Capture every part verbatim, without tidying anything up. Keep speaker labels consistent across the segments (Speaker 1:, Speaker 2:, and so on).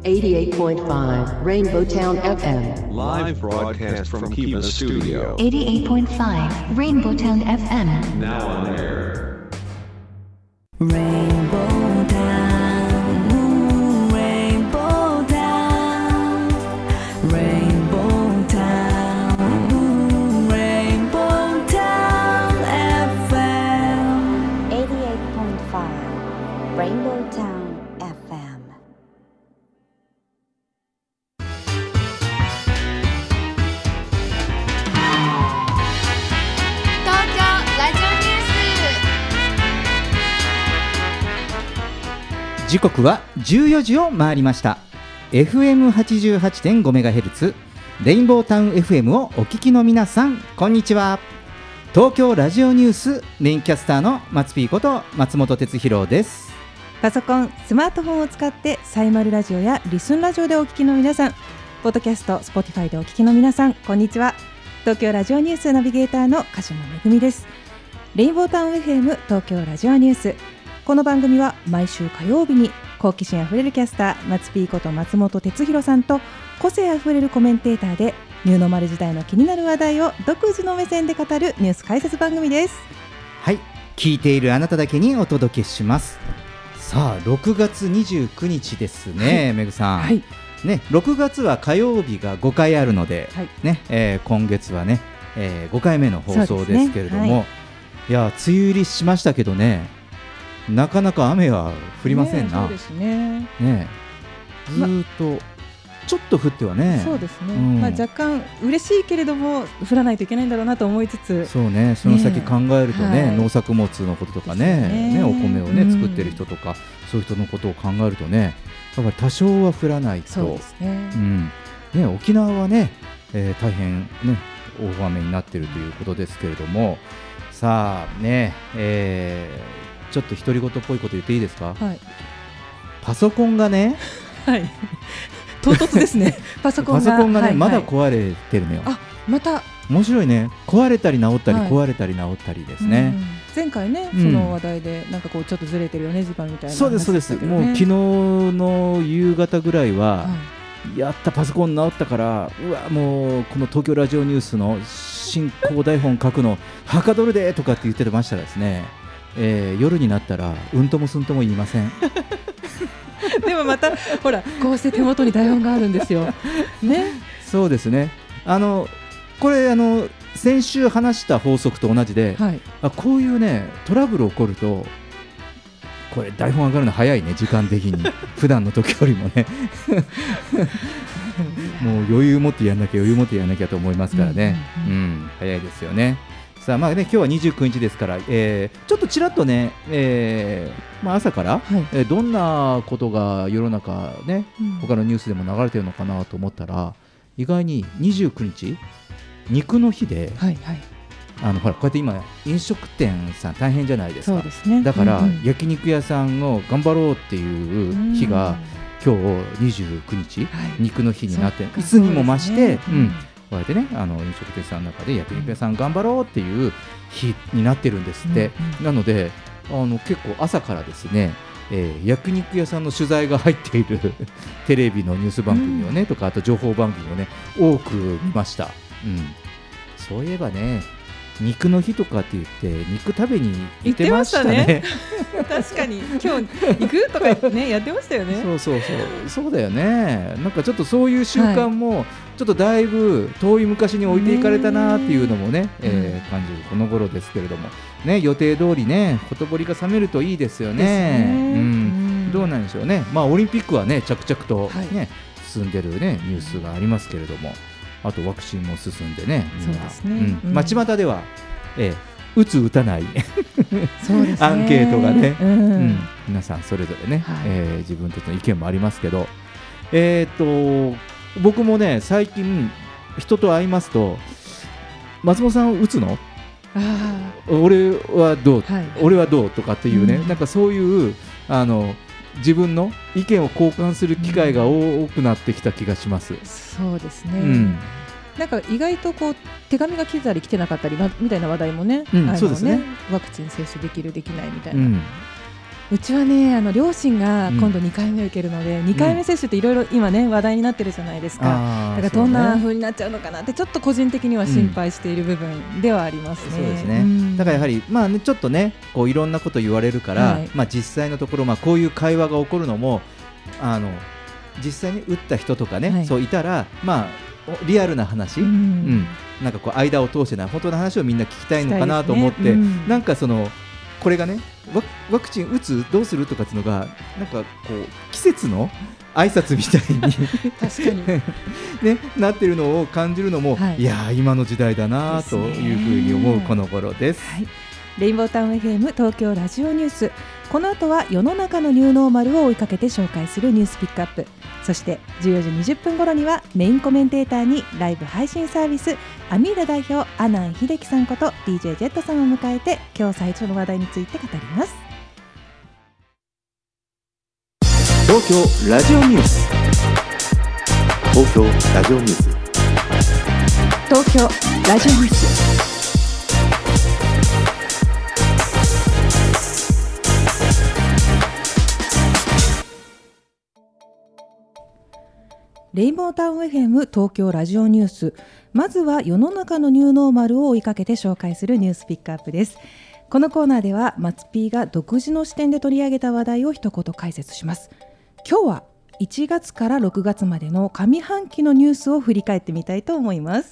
Speaker 1: eighty-eight point five Rainbow Town エフエム
Speaker 2: Live broadcast from Kiva Studio.
Speaker 3: eighty-eight point five Rainbow Town エフエム
Speaker 2: Now on air.
Speaker 4: Rainbow Town, Rainbow Town, Rainbow Town, Rainbow Town エフエム
Speaker 5: eighty-eight point five Rainbow Town エフエム。
Speaker 6: 時刻はじゅうよじを回りました。 エフエムはちじゅうはちてんごメガヘルツ レインボータウン エフエム をお聞きの皆さん、こんにちは。東京ラジオニュースメインキャスターの松ピーこと松本哲弘です。
Speaker 7: パソコン、スマートフォンを使ってサイマルラジオやリスンラジオでお聞きの皆さん、ポッドキャスト、スポティファイでお聞きの皆さん、こんにちは。東京ラジオニュースナビゲーターの鹿島めぐみです。レインボータウン エフエム 東京ラジオニュース、この番組は毎週火曜日に好奇心あふれるキャスター松ピーこと松本哲弘さんと個性あふれるコメンテーターでニューノーマル時代の気になる話題を独自の目線で語るニュース解説番組です。
Speaker 6: はい、聞いているあなただけにお届けします。さあろくがつにじゅうくにちですね、はい、めぐさん、はいね、ろくがつは火曜日がごかいあるので、はいねえー、今月はね、えー、ごかいめの放送ですけれども、ねはい、いや梅雨入りしましたけどね、なかなか雨は降りませんな、ね、そうですね、ねずーっとちょっと降ってはね、
Speaker 7: そうですね、うんまあ、若干嬉しいけれども降らないといけないんだろうなと思いつつ、
Speaker 6: そうね、その先考えるとね、はい、農作物のこととか ね, ね, ねお米をね、うん、作ってる人とかそういう人のことを考えるとね、やっぱり多少は降らないと、そうですね、うんね、沖縄はね、えー、大変ね大雨になっているということですけれども、さあね、えーちょっと独り言っぽいこと言っていいですか、はい、パソコンがね
Speaker 7: はい唐突ですねパソコンが、
Speaker 6: パソコンがね、
Speaker 7: はいはい、
Speaker 6: まだ壊れてるのよ。
Speaker 7: あ、また面
Speaker 6: 白いね、壊れたり直ったり、はい、壊れたり直ったりですね、
Speaker 7: うん、前回ね、うん、その話題でなんかこうちょっとずれてるよね時間みたいな話でしたけどね。
Speaker 6: そうですそうです、もう昨日の夕方ぐらいは、はい、やったパソコン直ったから、うわもうこの東京ラジオニュースの進行台本書くのはかどるでとかって言ってましたらですね、えー、夜になったらうんともすんとも言いません
Speaker 7: でもまたほらこうして手元に台本があるんですよ、ね、
Speaker 6: そうですね、あのこれあの先週話した法則と同じで、はい、あこういうねトラブル起こるとこれ台本上がるの早いね、時間的に普段の時よりもねもう余裕持ってやんなきゃ余裕持ってやんなきゃと思いますからね、うんうんうん、早いですよね。さあまあね、今日はにじゅうくにちですから、えー、ちょっとちらっとね、えーまあ、朝から、はいえー、どんなことが世の中ね、うん、他のニュースでも流れてるのかなと思ったら、意外ににじゅうくにち肉の日で、はいはい、あのほらこうやって今飲食店さん大変じゃないですか。そうですね、だから、うんうん、焼肉屋さんを頑張ろうっていう日が、うん、今日にじゅうくにち、はい、肉の日になって、いつにも増して、うんうんこうやってね、あの飲食店さんの中で焼肉屋さん頑張ろうっていう日になってるんですって、うんうん、なのであの結構朝からですね、えー、焼肉屋さんの取材が入っているテレビのニュース番組をね、うん、とかあと情報番組をね多く見ました、うん、そういえばね肉の日とかって言って肉食べに行ってましたね。
Speaker 7: 確かに今日行くとかねやってましたよね。
Speaker 6: そうそうそうそうだよね。なんかちょっとそういう習慣もちょっとだいぶ遠い昔に置いていかれたなっていうのもね、えー、感じるこの頃ですけれどもね、予定通りねほとぼりが冷めるといいですよね。ですね、うん、どうなんでしょうね。まあオリンピックはね着々とね、はい、進んでるねニュースがありますけれども。あとワクチンも進んでね、みんなそうですね、うんまあ、巷では、えー、打つ打たないそうですねアンケートがね、うんうん、皆さんそれぞれね、はいえー、自分たちの意見もありますけど、えー、っと僕もね最近人と会いますと松本さん打つのあ俺はどう、はい、俺はどうとかっていうね、うん、なんかそういうあの自分の意見を交換する機会が多くなってきた気がします、うん、
Speaker 7: そうですね、うん、なんか意外とこう手紙が来たり来てなかったりみたいな話題もね、うん、あるのね、そうですね、ワクチン接種できるできないみたいな、うん、 うちはね、あの両親が今度にかいめ受けるので、うん、にかいめ接種っていろいろ今ね話題になってるじゃないですか、だからどんな風になっちゃうのかなってちょっと個人的には心配している部分ではありますね、
Speaker 6: うん、そうですね、うん、だからやはり、まあね、ちょっとねこういろんなこと言われるから、はい、まあ、実際のところ、まあ、こういう会話が起こるのもあの実際に打った人とかね、はい、そういたら、まあ、リアルな話、うんうん、なんかこう間を通してない本当の話をみんな聞きたいのかなと思って、ね、うん、なんかそのこれがね ワ, ワクチン打つどうするとかっていうのがなんかこう季節の挨拶みたいに
Speaker 7: 確かに、
Speaker 6: ね、なってるのを感じるのも、はい、いや今の時代だなというふうに思うこの頃です、はい、
Speaker 7: レインボータウン エフエム 東京ラジオニュース、この後は世の中のニューノーマルを追いかけて紹介するニュースピックアップ、そしてじゅうよじにじゅっぷん頃にはメインコメンテーターにライブ配信サービスアミーダ代表阿南秀樹さんこと ディージェー ジェットさんを迎えて今日最初の話題について語ります。
Speaker 6: 東京ラジオニュース、
Speaker 8: 東京ラジオニュース、
Speaker 7: 東京ラジオニュース、レインボータウン エフエム 東京ラジオニュース、まずは世の中のニューノーマルを追いかけて紹介するニュースピックアップです。このコーナーではマツピーが独自の視点で取り上げた話題を一言解説します。今日はいちがつからろくがつまでの上半期のニュースを振り返ってみたいと思います。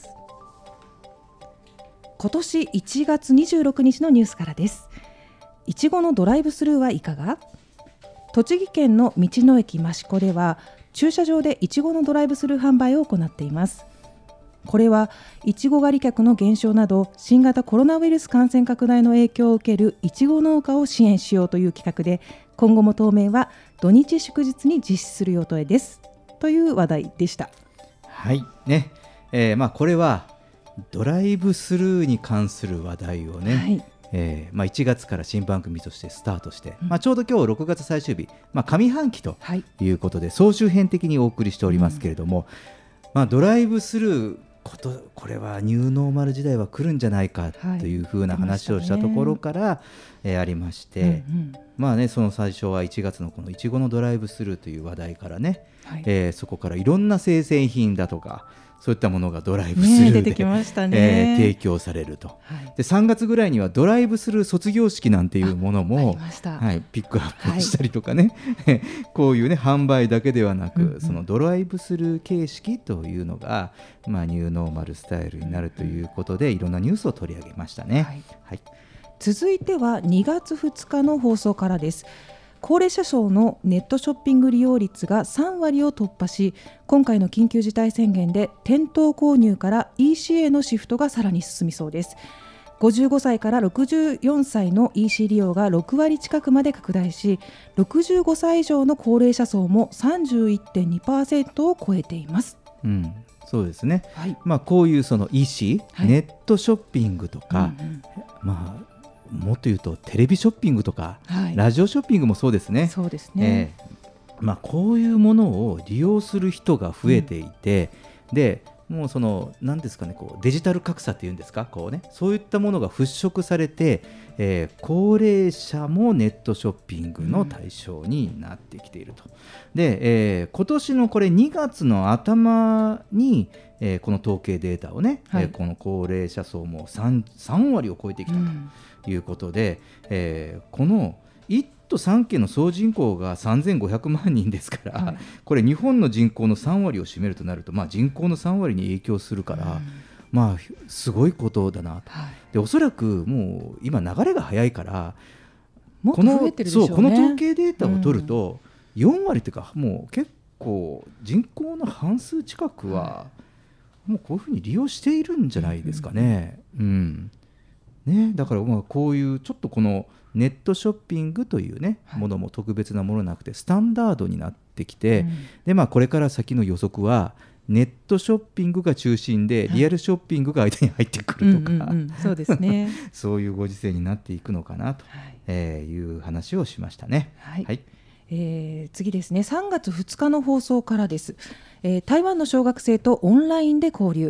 Speaker 7: 今年いちがつにじゅうろくにちのニュースからです。いちごのドライブスルーはいかが？栃木県の道の駅益子では駐車場でいちごのドライブスルー販売を行っています。これはいちご狩り客の減少など新型コロナウイルス感染拡大の影響を受けるいちご農家を支援しようという企画で、今後も当面は土日祝日に実施する予定ですという話題でした。
Speaker 6: はいね、えーまあ、これはドライブスルーに関する話題をね、はい、えーまあ、いちがつから新番組としてスタートして、うん、まあ、ちょうど今日ろくがつ最終日、まあ、上半期ということで、はい、総集編的にお送りしておりますけれども、うん、まあ、ドライブスルーことこれはニューノーマル時代は来るんじゃないかというふうな話をしたところから、はい、えー、ありまして、うんうん、まあね、その最初はいちがつのこのいちごのドライブスルーという話題からね、はい、えー、そこからいろんな生鮮品だとかそういったものがドライブスルーで、ね、出てきましたね、えー、提供されると、はい、でさんがつぐらいにはドライブスルー卒業式なんていうものも、はい、ピックアップしたりとかね、はい、こういうね販売だけではなく、うんうん、そのドライブスルー形式というのが、まあ、ニューノーマルスタイルになるということで、いろんなニュースを取り上げましたね、はいはい、
Speaker 7: 続いてはにがつふつかの放送からです。高齢者層のネットショッピング利用率がさんわりを突破し、今回の緊急事態宣言で店頭購入から イーシー へのシフトがさらに進みそうです。ごじゅうごさいからろくじゅうよんさいの イーシー 利用がろくわり近くまで拡大し、ろくじゅうごさい以上の高齢者層も さんじゅういってんにパーセント を超えています。
Speaker 6: うん、そうですね、はい、まあ、こういうその イーシー、はい、ネットショッピングとか、うんうん、まあもっと言うとテレビショッピングとか、はい、ラジオショッピングもそうですね。
Speaker 7: そうですね、
Speaker 6: えーまあ、こういうものを利用する人が増えていて、うん、でもうその何ですかね、こうデジタル格差っていうんですか、こうね、そういったものが払拭されて、えー、高齢者もネットショッピングの対象になってきていると、うん、で、えー、今年のこれにがつの頭に、えー、この統計データをね、はい、えー、この高齢者層も 3, さんわりを超えてきたと、うんということで、えー、このいっとさんけんの総人口がさんぜんごひゃくまんにんですから、はい、これ日本の人口のさんわりを占めるとなると、まあ、人口のさんわりに影響するから、うん、まあ、すごいことだなと、はい、でおそらくもう今流れが早いから
Speaker 7: もっと増えてるでしょうね。
Speaker 6: そう、この統計データを取ると、うん、よんわりというかもう結構人口の半数近くはもうこういうふうに利用しているんじゃないですかね、うんうんね、だからまあこういうちょっとこのネットショッピングという、ね、はい、ものも特別なものなくてスタンダードになってきて、うん、でまあ、これから先の予測はネットショッピングが中心でリアルショッピングが間に入ってくるとか、
Speaker 7: うんうんうん、そうですね
Speaker 6: そういうご時世になっていくのかなと、はい、えー、いう話をしましたね、
Speaker 7: はいはい、えー、次ですね、さんがつふつかの放送からです。えー、台湾の小学生とオンラインで交流、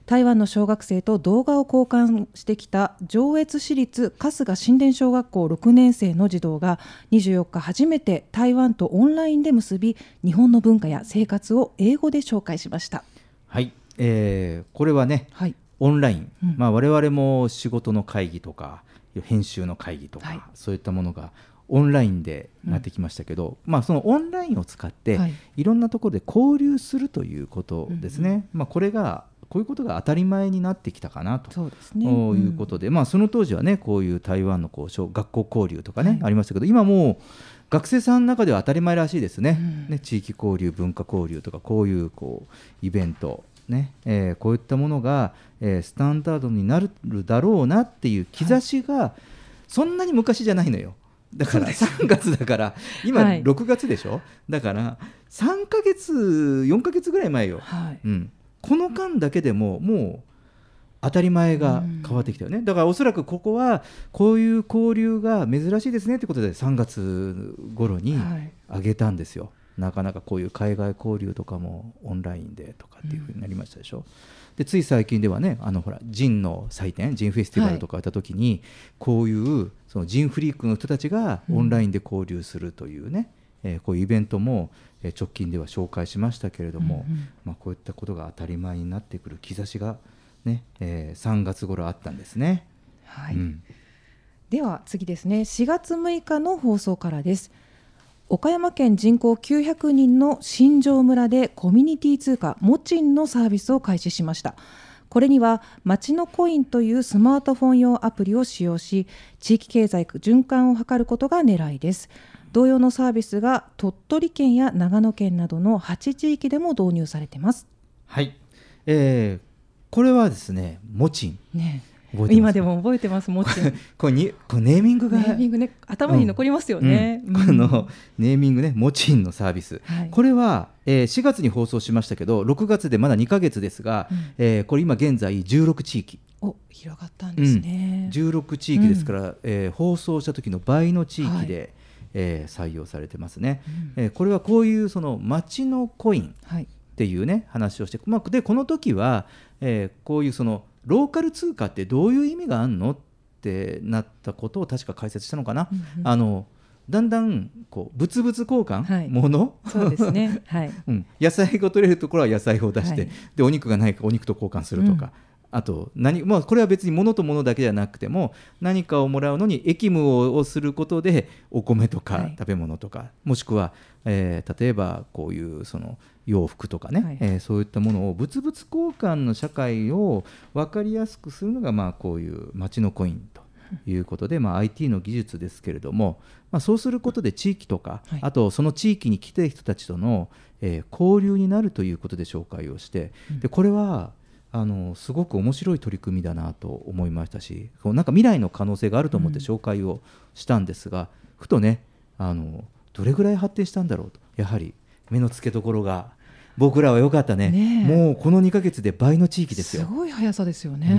Speaker 7: 台湾の小学生と動画を交換してきた上越市立春日新田小学校ろくねん生の児童がにじゅうよっか初めて台湾とオンラインで結び、日本の文化や生活を英語で紹介しました。
Speaker 6: はい、えー、これはね、はい、オンライン、うんまあ、我々も仕事の会議とか編集の会議とか、はい、そういったものがオンラインでなってきましたけど、うんまあ、そのオンラインを使って、はい、いろんなところで交流するということですね、うんうんまあ、これがこういうことが当たり前になってきたかなとそうですね、うん、いうことで、まあ、その当時はねこういう台湾のこう小学校交流とかね、はい、ありましたけど、今もう学生さんの中では当たり前らしいですね、うん、ね地域交流文化交流とかこういうこうイベントねえー、こういったものが、えー、スタンダードになるだろうなっていう兆しがそんなに昔じゃないのよ。だからさんがつだから今ろくがつでしょ、はい、だからさんかげつよんかげつぐらい前よ、はいうん、この間だけでももう当たり前が変わってきたよね。だからおそらくここはこういう交流が珍しいですねということでさんがつ頃に挙げたんですよ、はいなかなかこういう海外交流とかもオンラインでとかっていう風になりましたでしょ、うん、でつい最近ではねあのほらジンの祭典ジンフェスティバルとかやった時に、はい、こういうそのジンフリークの人たちがオンラインで交流するというね、うんえー、こういうイベントも、えー、直近では紹介しましたけれども、うんうんまあ、こういったことが当たり前になってくる兆しが、ねえー、さんがつ頃あったんですね、
Speaker 7: はいうん、では次ですねしがつむいかの放送からです。岡山県人口きゅうひゃくにんの新庄村でコミュニティ通貨モチンのサービスを開始しました。これには町のコインというスマートフォン用アプリを使用し地域経済循環を図ることが狙いです。同様のサービスが鳥取県や長野県などのはち地域でも導入されています。
Speaker 6: はい、えー、これはですねモチン、ね
Speaker 7: 今でも覚えてますもちろん
Speaker 6: これにこれネーミングが
Speaker 7: ネーミング、ね、頭に残りますよね、
Speaker 6: うんうん、このネーミングねモチンのサービス、はい、これは、えー、しがつに放送しましたけどろくがつでまだにかげつですが、うんえー、これ今現在じゅうろくちいき
Speaker 7: お広がったんですね、
Speaker 6: うん、じゅうろくちいきですから、うんえー、放送した時の倍の地域で、はいえー、採用されてますね、うんえー、これはこういうその町のコインっていうね話をして、まあ、でこの時は、えー、こういうそのローカル通貨ってどういう意味があるのってなったことを確か解説したのかな、うんうん、あのだんだんこう物々交換、はい、物
Speaker 7: そうですね、はい
Speaker 6: うん、野菜が取れるところは野菜を出して、はい、でお肉がないからお肉と交換するとか、うん、あと何、まあ、これは別に物と物だけじゃなくても何かをもらうのに役務をすることでお米とか食べ物とか、はい、もしくは、えー、例えばこういうその洋服とかね、はいえー、そういったものを物々交換の社会を分かりやすくするのが、まあ、こういう町のコインということで、まあ、アイティー の技術ですけれども、まあ、そうすることで地域とか、はい、あとその地域に来ている人たちとの、えー、交流になるということで紹介をして、うん、でこれはあのすごく面白い取り組みだなと思いましたし、こうなんか未来の可能性があると思って紹介をしたんですが、うん、ふとねあのどれぐらい発展したんだろうと、やはり目の付けどころが僕らは良かった ね, ねもうこのにかげつで倍の地域ですよ。
Speaker 7: すごい速さですよね、
Speaker 6: うん、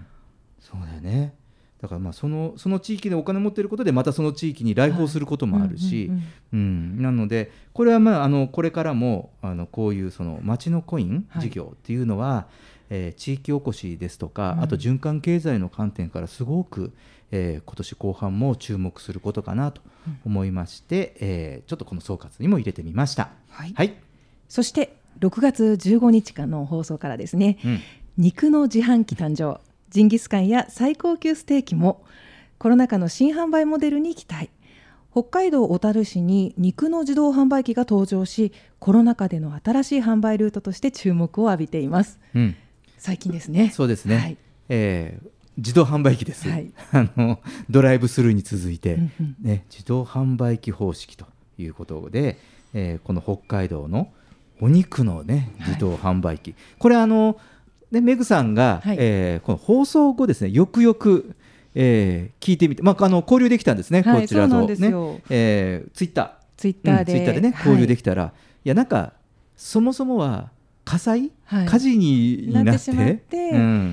Speaker 6: そうだよね。だからまあ そ, のその地域でお金持っていることでまたその地域に来訪することもあるし、はいうんうんうんうん、なのでこれはまああのこれからもあのこういうその町のコイン事業っていうのは、はいえー、地域おこしですとか、うん、あと循環経済の観点からすごく、えー、今年後半も注目することかなと思いまして、うんえー、ちょっとこの総括にも入れてみました、
Speaker 7: はいはい、そしてろくがつじゅうごにちの放送からですね、うん、肉の自販機誕生、ジンギスカンや最高級ステーキもコロナ禍の新販売モデルに期待。北海道小樽市に肉の自動販売機が登場し、コロナ禍での新しい販売ルートとして注目を浴びています、うん、最近ですね。
Speaker 6: そうですね、はいえー、自動販売機です、はい、あのドライブスルーに続いて、うんうんね、自動販売機方式ということで、えー、この北海道のお肉の、ね、自動販売機、はい、これあの、ね、メグさんが、はいえー、この放送後ですねよくよく、えー、聞いてみて、まあ、あの交流できたんですね、はい、こちらと、ねえー、ツイッター
Speaker 7: ツイッターで、
Speaker 6: うん、ツイッターでね交流できたら、はい、いやなんかそもそもは火災、はい、火事になって、
Speaker 7: なってしまって、うん、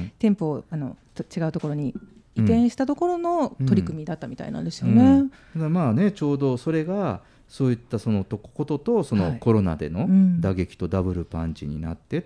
Speaker 7: 店舗をあの違うところに移転したところの取り組みだったみたいなんですよね、うん
Speaker 6: うん、まあねちょうどそれがそういったそのこととそのコロナでの打撃とダブルパンチになってと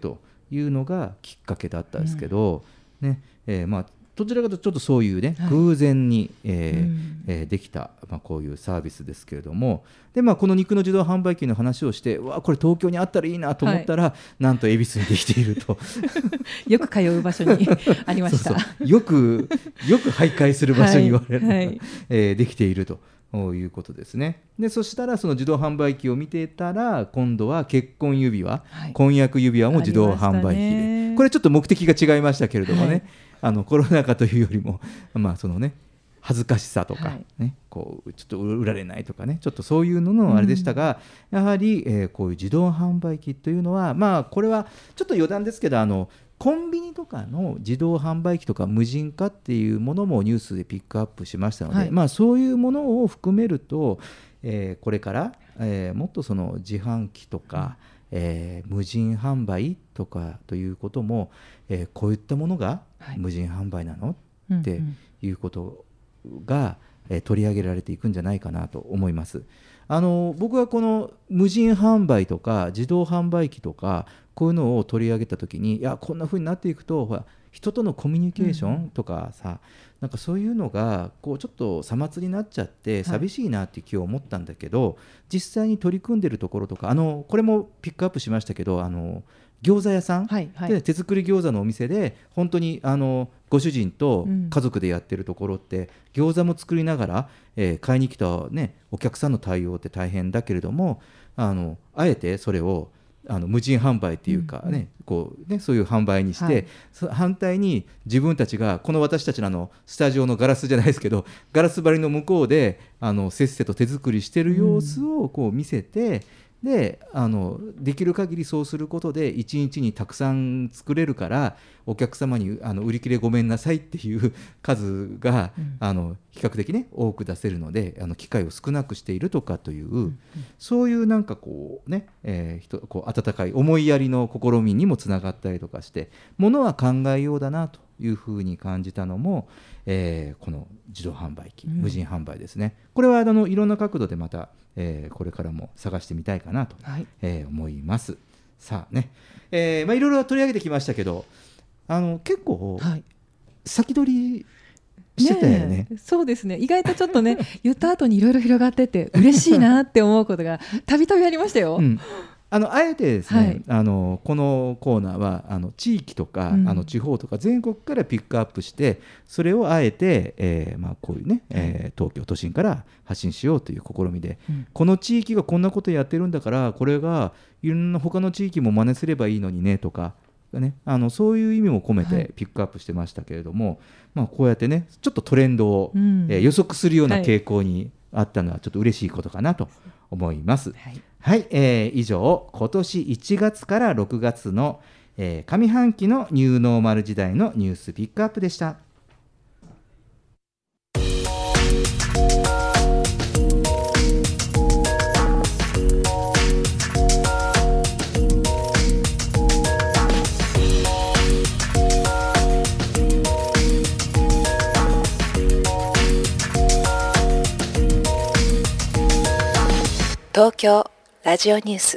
Speaker 6: いうのがきっかけだったんですけど、うんねえーまあ、どちらかというとちょっとそういうね、はい、偶然に、えーうんえー、できた、まあ、こういうサービスですけれども、で、まあ、この肉の自動販売機の話をして、わこれ東京にあったらいいなと思ったら、はい、なんと恵比寿にできていると
Speaker 7: よく通う場所にありました。
Speaker 6: そうそうよくよく徘徊する場所に言われる、はいはいえー、できているということですね。でそしたらその自動販売機を見てたら今度は結婚指輪、はい、婚約指輪も自動販売機で、これちょっと目的が違いましたけれどもね、はい、あのコロナ禍というよりも、まあそのね、恥ずかしさとか、ねはい、こうちょっと売られないとかね、ちょっとそういうののあれでしたが、うん、やはり、えー、こういう自動販売機というのは、まあこれはちょっと余談ですけど、あのコンビニとかの自動販売機とか無人化っていうものもニュースでピックアップしましたので、はいまあ、そういうものを含めると、えー、これから、えー、もっとその自販機とか、うんえー、無人販売とかということも、えー、こういったものが無人販売なの、はい、っていうことが、えー、取り上げられていくんじゃないかなと思います。あの僕はこの無人販売とか自動販売機とかこういうのを取り上げたときに、いやこんな風になっていくとほら人とのコミュニケーションとかさ、うん、なんかそういうのがこうちょっとさまつになっちゃって寂しいなって気を思ったんだけど、はい、実際に取り組んでるところとか、あのこれもピックアップしましたけど、あの餃子屋さん、はいはい、で手作り餃子のお店で本当にあのご主人と家族でやってるところって、うん、餃子も作りながら、えー、買いに来た、ね、お客さんの対応って大変だけれども、あのあえてそれをあの無人販売っていうか、ねうんこうね、そういう販売にして、はい、反対に自分たちがこの私たちの、あのスタジオのガラスじゃないですけどガラス張りの向こうであのせっせと手作りしてる様子をこう見せて、うん、であのできる限りそうすることでいちにちにたくさん作れるからお客様にあの売り切れごめんなさいっていう数が、うん、あの比較的ね多く出せるのであの機会を少なくしているとかという、うんうん、そういうなんかこうね、えー、人こう温かい思いやりの試みにもつながったりとかしてものは考えようだなというふうに感じたのも、えー、この自動販売機、うん、無人販売ですね。これはあのいろんな角度でまた、えー、これからも探してみたいかなと、はいえー、思います。さあね、えーまあ、いろいろ取り上げてきましたけどあの結構、はい、先取りしてたよ ね, ね
Speaker 7: そうですね、意外とちょっとね言った後にいろいろ広がってて嬉しいなって思うことがたびたびありましたよ、うん、
Speaker 6: あのあえてですね、はい、あのこのコーナーはあの地域とか、うん、あの地方とか全国からピックアップしてそれをあえて、えーまあ、こういうね、えー、東京都心から発信しようという試みで、うん、この地域がこんなことやってるんだからこれがいろんな他の地域も真似すればいいのにねとかね、あのそういう意味も込めてピックアップしてましたけれども、はいまあ、こうやってねちょっとトレンドを、うんえー、予測するような傾向にあったのはちょっと嬉しいことかなと思います。はい、はいえー、以上今年いちがつからろくがつの、えー、上半期のニューノーマル時代のニュースピックアップでした。
Speaker 9: 東京ラジオニュース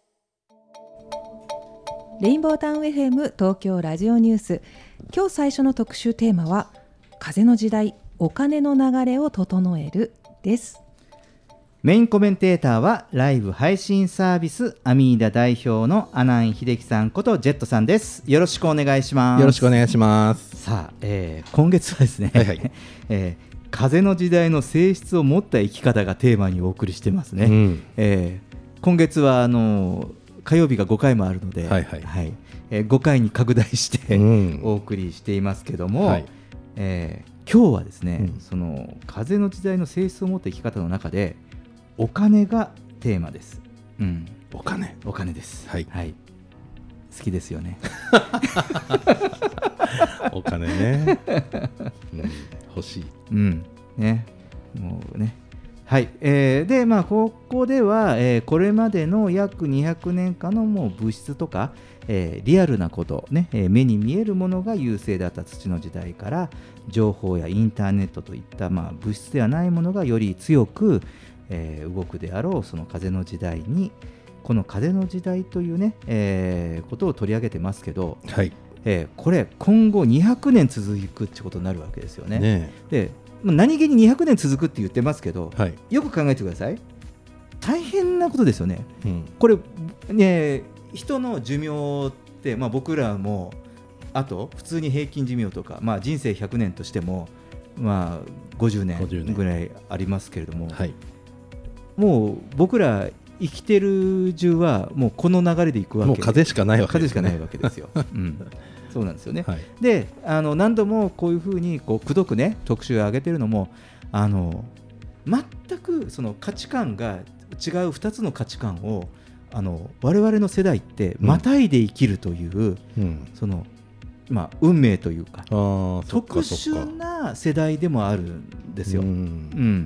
Speaker 7: レインボータウン エフエム 東京ラジオニュース、今日最初の特集テーマは風の時代お金の流れを整えるです。
Speaker 6: メインコメンテーターはライブ配信サービスアミーダ代表の阿南秀樹さんことジェットさんです。よろしくお願いします。
Speaker 10: よろしくお願いします。
Speaker 6: さあ、えー、今月はですね、はいはいえー風の時代の性質を持った生き方がテーマにお送りしてますね、うんえー、今月はあの火曜日がごかいもあるので、はいはいはいえー、ごかいに拡大して、うん、お送りしていますけども、はいえー、今日はですね、うん、その風の時代の性質を持った生き方の中でお金がテーマです、
Speaker 10: うん、お金
Speaker 6: お金です、はいはい、好きですよね
Speaker 10: お金ね、うん、欲しい、
Speaker 6: うんね、もうねはい、えー、でまあここでは、えー、これまでの約にひゃくねんかんのもう物質とか、えー、リアルなことね、えー、目に見えるものが優勢だった土の時代から情報やインターネットといった、まあ、物質ではないものがより強く、えー、動くであろうその風の時代にこの風の時代というね、えー、ことを取り上げてますけど、
Speaker 10: はい、
Speaker 6: えー、これ今後にひゃくねん続くってことになるわけですよね。
Speaker 10: ね
Speaker 6: で何気ににひゃくねん続くって言ってますけど、
Speaker 10: はい、
Speaker 6: よく考えてください。大変なことですよね、
Speaker 10: うん、
Speaker 6: これね、人の寿命って、まあ、僕らもあと普通に平均寿命とか、まあ、人生ひゃくねんとしても、まあ、ごじゅうねんぐらいありますけれども、
Speaker 10: はい、
Speaker 6: もう僕ら生きてる中はもうこの流れでいくわけ
Speaker 10: もう風しかないわけです、ね、
Speaker 6: 風しかないわけですよ、うん、そうなんですよね、
Speaker 10: はい、
Speaker 6: であの何度もこういうふうにこうくどくね特集を上げてるのもあの全くその価値観が違うふたつの価値観をあの我々の世代ってまたいで生きるという、うん、そのまあ、運命というか特殊な世代でもあるんですよ、うんうん、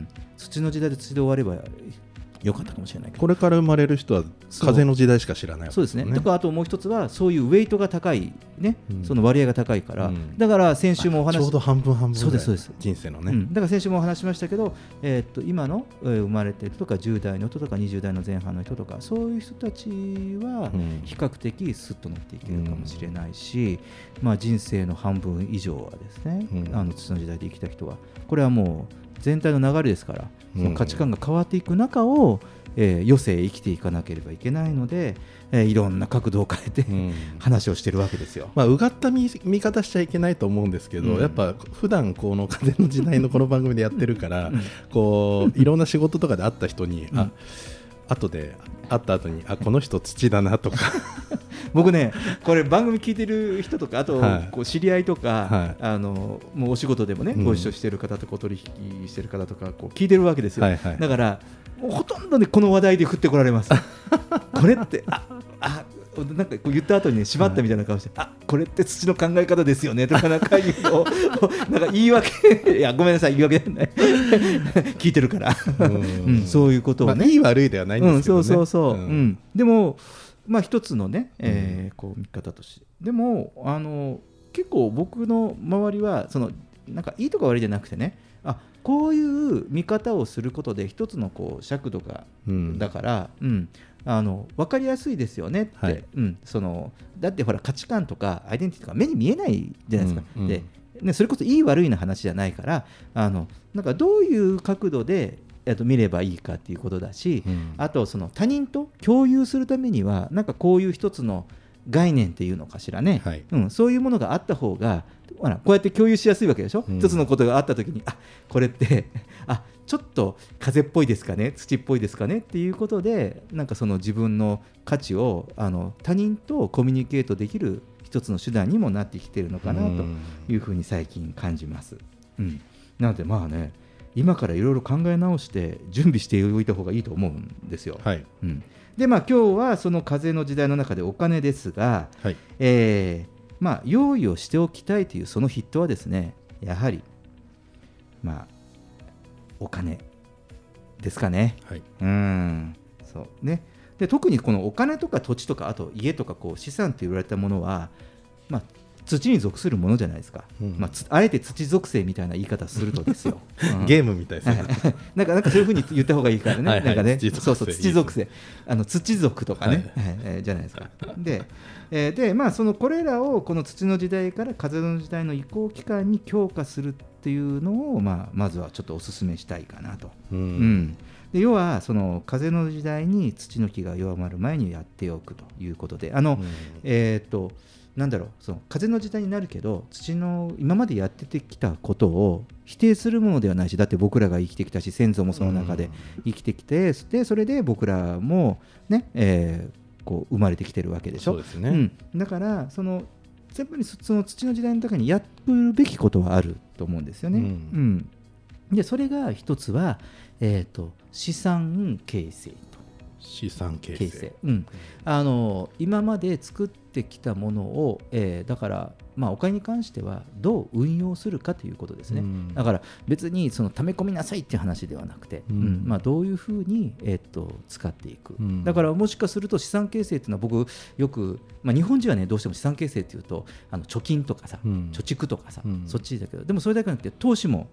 Speaker 6: 土の時代で土で終わればよかったかもしれないけど、
Speaker 10: これから生まれる人は風の時代しか知らないわけですね。
Speaker 6: そうですね。とかあともう一つはそういうウェイトが高い、ね、うん、その割合が高いから、うん、だから先週もお話し、
Speaker 10: ちょうど半分半分
Speaker 6: そうですそうです、
Speaker 10: 人生のね、
Speaker 6: うん、だから先週もお話しましたけど、えー、っと今の、えー、生まれているとかじゅう代の人とかにじゅう代の前半の人とかそういう人たちは比較的スッと乗っていけるかもしれないし、うん、まあ、人生の半分以上はですね、うん、あの土の時代で生きた人はこれはもう全体の流れですから、その価値観が変わっていく中をえー、余生生きていかなければいけないので、えー、いろんな角度を変えて、うん、話をしてるわけですよ。
Speaker 10: まあ、うがった見、見方しちゃいけないと思うんですけど、うん、やっぱ普段この風の時代のこの番組でやってるから、うん、こういろんな仕事とかで会った人に、うん、あ後で会った後にあこの人土だなとか
Speaker 6: 僕ねこれ番組聞いてる人とかあとこう知り合いとか、はい、あのもうお仕事でもね、うん、ご一緒してる方とお取引してる方とかこう聞いてるわけですよ、はいはい、だからもうほとんどねこの話題で振ってこられますこれってああなんかこう言った後にね縛ったみたいな顔して、はい、あこれって土の考え方ですよねとかなんか言うのなんか言い訳いやごめんなさい言い訳じゃない聞いてるからうん、うん、そういうことをね、
Speaker 10: まあ、いい悪いではないんですけどね、
Speaker 6: うん、そうそうそう、うんうん、でもまあ一つのね、えー、こう見方としてでもあの結構僕の周りはそのなんかいいとか悪いじゃなくてねあこういう見方をすることで一つのこう尺度が、うん、だから、うん、あの分かりやすいですよねって、はいうん、そのだってほら価値観とかアイデンティティとか目に見えないじゃないですか、うんうん、でね、それこそいい悪いの話じゃないからあのなんかどういう角度でえっと見ればいいかっていうことだし、うん、あとその他人と共有するためにはなんかこういう一つの概念っていうのかしらね、はいうん、そういうものがあった方がほらこうやって共有しやすいわけでしょ、うん、一つのことがあったときにあこれってあちょっと風っぽいですかね土っぽいですかねっていうことでなんかその自分の価値をあの他人とコミュニケートできる一つの手段にもなってきているのかなというふうに最近感じます、うんうん、なのでまあね今からいろいろ考え直して準備しておいた方がいいと思うんですよ、はいうんでまあ、今日はその風の時代の中でお金ですが、はいえーまあ、用意をしておきたいというその筆頭はですねやはり、まあ、お金ですかね、はい、うんそうねで特にこのお金とか土地とかあと家とかこう資産と言われたものは、まあ、土に属するものじゃないですか、うんまあ、あえて土属性みたいな言い方するとですよ、
Speaker 10: うん、ゲームみたいですね
Speaker 6: なんかなんかそういうふうに言った方がいいからねはい、はい、なんかねそうそう土属性あの土属とかね、はいはいえー、じゃないですかで、えーでまあ、そのこれらをこの土の時代から風の時代の移行期間に強化するっていうのを、まあ、まずはちょっとお勧めしたいかなと、うんうん、で要はその風の時代に土の気が弱まる前にやっておくということであの、うん、えっとなんだろうその風の時代になるけど土の今までやってきたことを否定するものではないしだって僕らが生きてきたし先祖もその中で生きてきて、うん、でそれで僕らもね、えー、こう生まれてきてるわけでしょそうですね、うん、だからそのやっぱりその土の時代の中にやるべきことはあると思うんですよね、うんうんでそれが一つは、えーと、資産形成と
Speaker 10: 資産形成、
Speaker 6: 形成、うん、あの今まで作ってきたものを、えー、だから、まあ、お金に関してはどう運用するかということですね、うん、だから別にその溜め込みなさいっていう話ではなくて、うんうんまあ、どういうふうに、えー、と使っていく、うん、だからもしかすると資産形成っていうのは僕よく、まあ、日本人はねどうしても資産形成っていうとあの貯金とかさ、うん、貯蓄とかさ、うん、そっちだけどでもそれだけじゃなくて投資も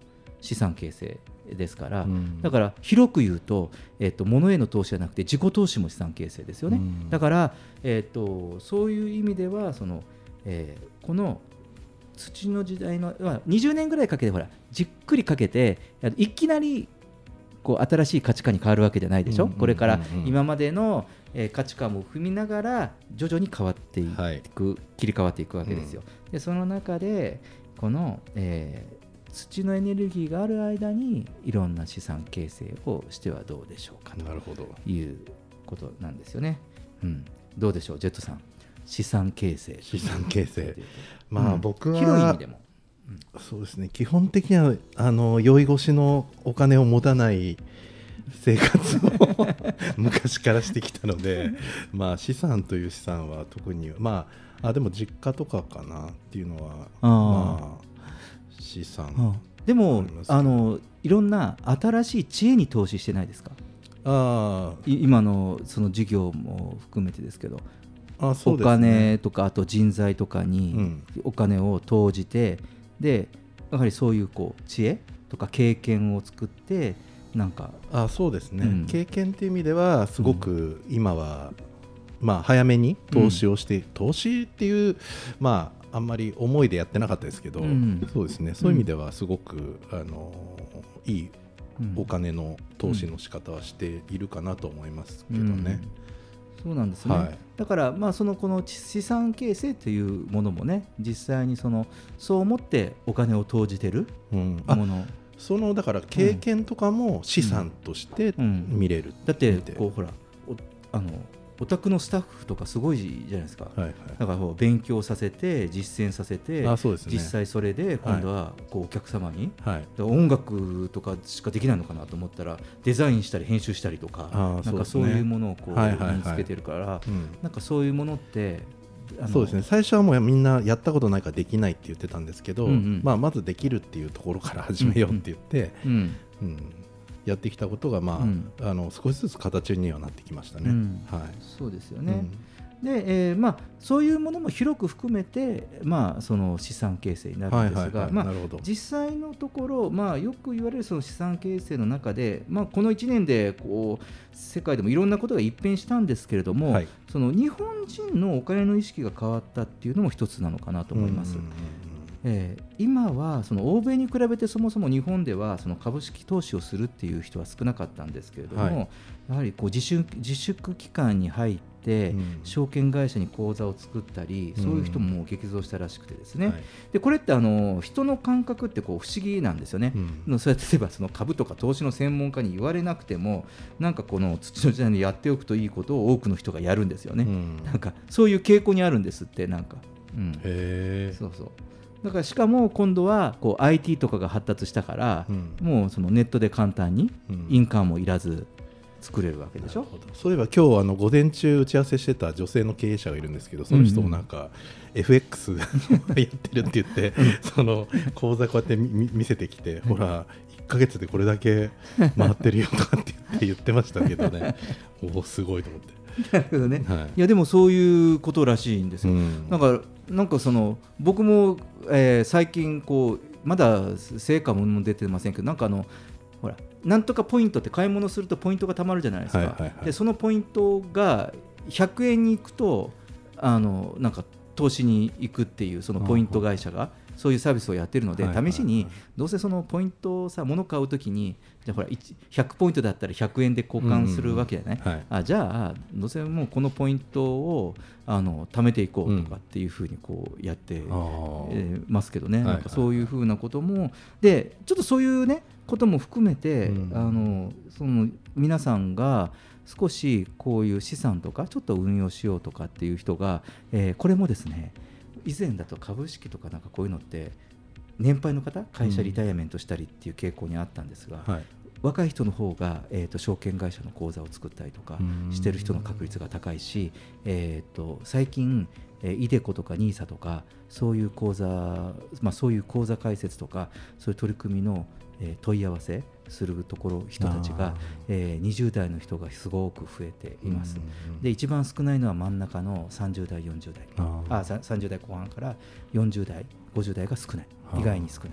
Speaker 6: 資産形成ですから、
Speaker 10: うん、
Speaker 6: だから広く言うと、えー、と物への投資じゃなくて自己投資も資産形成ですよね、うん、だから、えー、とそういう意味ではその、えー、この土の時代のにじゅうねんぐらいかけてほらじっくりかけていきなりこう新しい価値観に変わるわけじゃないでしょ、うんうんうんうん、これから今までの、えー、価値観も踏みながら徐々に変わっていく、はい、切り替わっていくわけですよ、うん、でその中でこの、えー、土のエネルギーがある間にいろんな資産形成をしてはどうでしょうかということなんですよね、うん、どうでしょうジェットさん資産形成
Speaker 10: 資産形成まあ、うん、僕は
Speaker 6: 広い意味でも、
Speaker 10: うん、そうですね基本的にはあの酔い越しのお金を持たない生活を昔からしてきたのでまあ資産という資産は特にまあ、あでも実家とかかなっていうのはあ、まあ、資産
Speaker 6: あでもあのいろんな新しい知恵に投資してないですかあ今のその事業も含めてですけど
Speaker 10: あそうですね、
Speaker 6: お金とかあと人材とかにお金を投じて、うん、でやはりそういうこう知恵とか経験を作ってなんか
Speaker 10: あそうですね、うん、経験という意味ではすごく今は、うんまあ、早めに投資をして、うん、投資っていう、まあ、あんまり思いでやってなかったですけど、うん、そうですねそういう意味ではすごく、うん、あのいいお金の投資の仕方はしているかなと思いますけどね、うんうん
Speaker 6: そうなんですね、はい、だからまあそのこの資産形成というものもね実際にそのそう思ってお金を投じてるもの、うん、
Speaker 10: そのだから経験とかも資産として見れる、うんうん、
Speaker 6: だってこうほらおあのお宅のスタッフとかすごいじゃないですか、はいはい、だから勉強させて実践させて
Speaker 10: あそうですね、
Speaker 6: 実際それで今度はこうお客様に、はい、音楽とかしかできないのかなと思ったらデザインしたり編集したりとかなんかそういうものをこう身につけてるから、なんかそういうものって
Speaker 10: そうですね最初はもうみんなやったことないからできないって言ってたんですけど、うんうんまあ、まずできるっていうところから始めようって言って、うんうんうんやってきたことが、まあうん、あの少しずつ形にはなってきましたね、うんはい、
Speaker 6: そうですよね、うんでえーまあ、そういうものも広く含めて、まあ、その資産形成になるんですが実際のところ、まあ、よく言われるその資産形成の中で、まあ、このいちねんでこう世界でもいろんなことが一変したんですけれども、はい、その日本人のお金の意識が変わったっていうのも一つなのかなと思います。えー、今はその欧米に比べてそもそも日本ではその株式投資をするっていう人は少なかったんですけれども、はい、やはりこう自粛、自粛期間に入ってうん、証券会社に口座を作ったり、うん、そういう人ももう激増したらしくてですね、はい、でこれってあの人の感覚ってこう不思議なんですよね、うん、そうやって例えばその株とか投資の専門家に言われなくてもなんかこの土の時代にやっておくといいことを多くの人がやるんですよね、うん、なんかそういう傾向にあるんですってなんか、うん、へそうそうだからしかも今度はこう アイティー とかが発達したから、うん、もうそのネットで簡単に印鑑もいらず作れるわけでしょ、うん、
Speaker 10: そういえば今日あの午前中打ち合わせしてた女性の経営者がいるんですけどその人もなんか エフエックス やってるって言ってその口座こうやって見せてきてほらいっかげつでこれだけ回ってるよとかって言ってましたけどねおおすごいと思って
Speaker 6: なるほどね、はい、いやでもそういうことらしいんですよ、うん、なんかなんかその僕も、えー、最近こうまだ成果も出てませんけどなんかあのほらなんとかポイントって買い物するとポイントがたまるじゃないですか、はいはいはい、でそのポイントがひゃくえんに行くとあのなんか投資に行くっていうそのポイント会社がそういうサービスをやってるので、はいはいはい、試しにどうせそのポイントをさ物買うときにじゃあほらひゃくポイントだったらひゃくえんで交換するわけじゃない、うんうんはい、あじゃあどうせもうこのポイントをあの貯めていこうとかっていうふうにこうやって、うんえー、ますけどね、はいはい、なんかそういうふうなこともでちょっとそういうねことも含めて、うん、あのその皆さんが少しこういう資産とかちょっと運用しようとかっていう人が、えー、これもですね以前だと株式とかなんかこういうのって年配の方会社リタイアメントしたりっていう傾向にあったんですが、うんはい、若い人の方が、えー、と証券会社の口座を作ったりとかしてる人の確率が高いし、えー、と最近えー、イデコとかニーサとかそういう口座、まあ、そういう口座開設とかそういう取り組みの、えー、問い合わせするところ人たちが、えー、にじゅう代の人がすごく増えています。で一番少ないのは真ん中のさんじゅう代よんじゅう代ああさんじゅう代後半からよんじゅう代ごじゅう代が少ない意外に少ない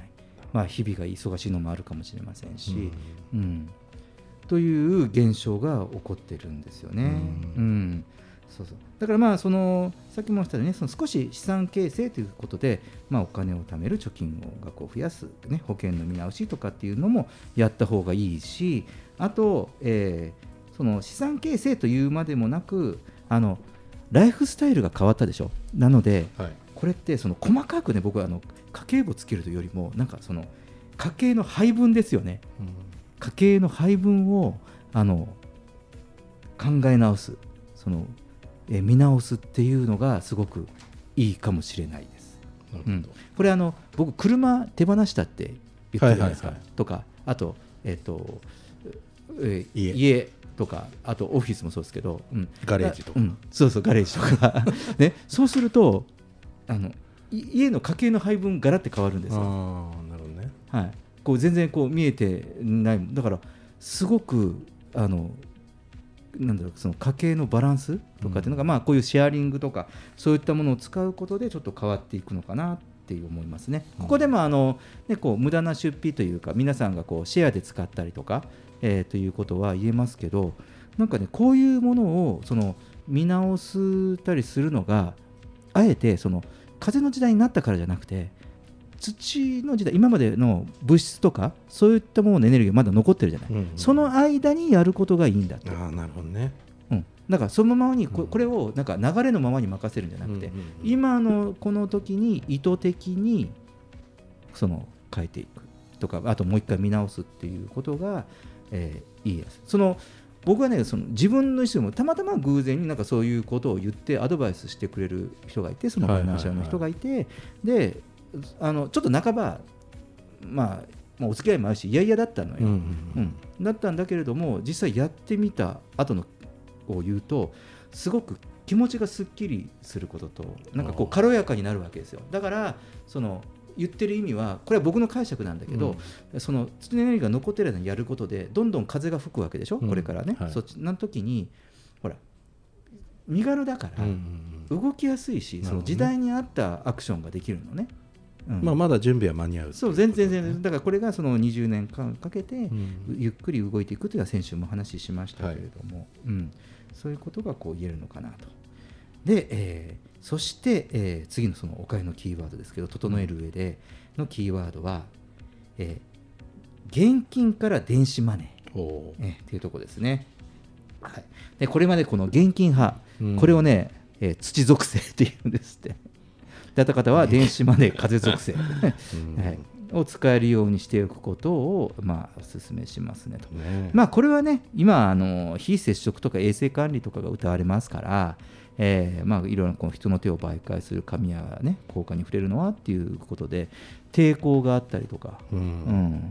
Speaker 6: まあ、日々が忙しいのもあるかもしれませんし、うんうん、という現象が起こってるんですよね。うんうんそうそうだからまあそのさっきも言ったように、ね、その少し資産形成ということで、まあ、お金を貯める貯金額を増やす、ね、保険の見直しとかっていうのもやった方がいいし、あと、えー、その資産形成というまでもなくあのライフスタイルが変わったでしょ。なので、はい、これってその細かくね僕はあの家計簿つけるというよりもなんかその家計の配分ですよね、うん、家計の配分をあの考え直すそのえ見直すっていうのがすごくいいかもしれないです。うん、これあの僕車手放したって言ってるじゃないですか、はいはいはい、とかあと、えーとえー、家, 家とかあとオフィスもそうですけど、うん、
Speaker 10: ガレージとか、
Speaker 6: うん、そうそうガレージとか、ね、そうするとあの家の家計の配分ガラッて変わるんですよ。
Speaker 10: あなるほどね、
Speaker 6: はい、こう全然こう見えてないだからすごくあのなんだろうその家計のバランスとかっていうのが、うんまあ、こういうシェアリングとかそういったものを使うことでちょっと変わっていくのかなって思いますね。ここでもあの、ね、こう無駄な出費というか皆さんがこうシェアで使ったりとか、えー、ということは言えますけどなんかねこういうものをその見直したりするのがあえてその風の時代になったからじゃなくて土の時代今までの物質とかそういったもののエネルギーがまだ残ってるじゃない、うんうん、その間にやることがいいんだと。
Speaker 10: あなるほどね、
Speaker 6: うん、だからそのままに こ, これをなんか流れのままに任せるんじゃなくて、うんうんうん、今のこの時に意図的にその変えていくとかあともう一回見直すっていうことが、えー、いいです。その僕はねその自分の意思でもたまたま偶然になんかそういうことを言ってアドバイスしてくれる人がいてそのファイナンシャルの人がいて、はいはいはい、であのちょっと半ば、まあ、まあお付き合いもあるし嫌々だったのよ、うんうんうん、だったんだけれども実際やってみた後のを言うとすごく気持ちがすっきりすることとなんかこう軽やかになるわけですよ。だからその言ってる意味はこれは僕の解釈なんだけど、うん、その土のエネルギーが残ってる間にやることでどんどん風が吹くわけでしょ、うん、これからね、はい、そっちの時にほら身軽だから動きやすいし、うんうん、その時代に合ったアクションができるのね。うん
Speaker 10: まあ、まだ準備は間に合う。
Speaker 6: そう全然全然だからこれがそのにじゅうねんかんかけてゆっくり動いていくというのは先週も話しましたけれども、はいうん、そういうことがこう言えるのかなと。で、えー、そして、えー、次のそのお買いのキーワードですけど整える上でのキーワードは、えー、現金から電子マネー、えー、っていうところですね。はい、でこれまでこの現金派、うん、これをね、えー、土属性っていうんですってだった方は電子マネー風属性、うんはい、を使えるようにしておくことを、まあ、お勧めしますねと、ねまあ、これはね今あの非接触とか衛生管理とかが謳われますから、えーまあ、いろいろこの人の手を媒介する紙や、ね、効果に触れるのはっていうことで抵抗があったりとか、うんうん、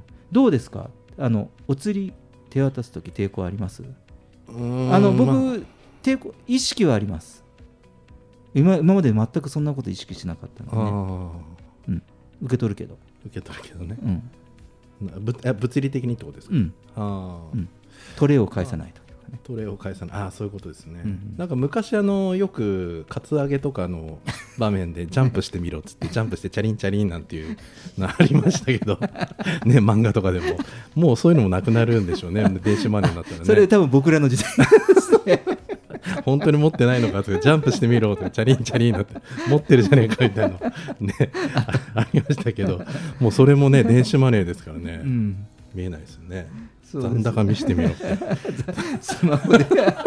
Speaker 6: どうですかあのお釣り手渡すとき抵抗あります？うんあの僕、まあ、抵抗意識はあります。今, 今まで全くそんなこと意識しなかったので、ねうん、受け取るけど
Speaker 10: 受け取るけどね、うん、ぶ物理的にってことですか、
Speaker 6: うんあうん、トレーを返さないとか、ね、
Speaker 10: トレーを返さないああそういうことですね、うん、なんか昔あのよくカツアゲとかの場面でジャンプしてみろっつってジャンプしてチャリンチャリンなんていうのありましたけどね漫画とかでももうそういうのもなくなるんでしょうね電子マネーになったらね
Speaker 6: それ多分僕らの時代ですね
Speaker 10: 本当に持ってないのかとかジャンプしてみろとかチャリンチャリンだって持ってるじゃねえかみたいなね あ, ありましたけどもうそれもね電子マネーですからね、うん、見えないですよね残高見してみろってスマホで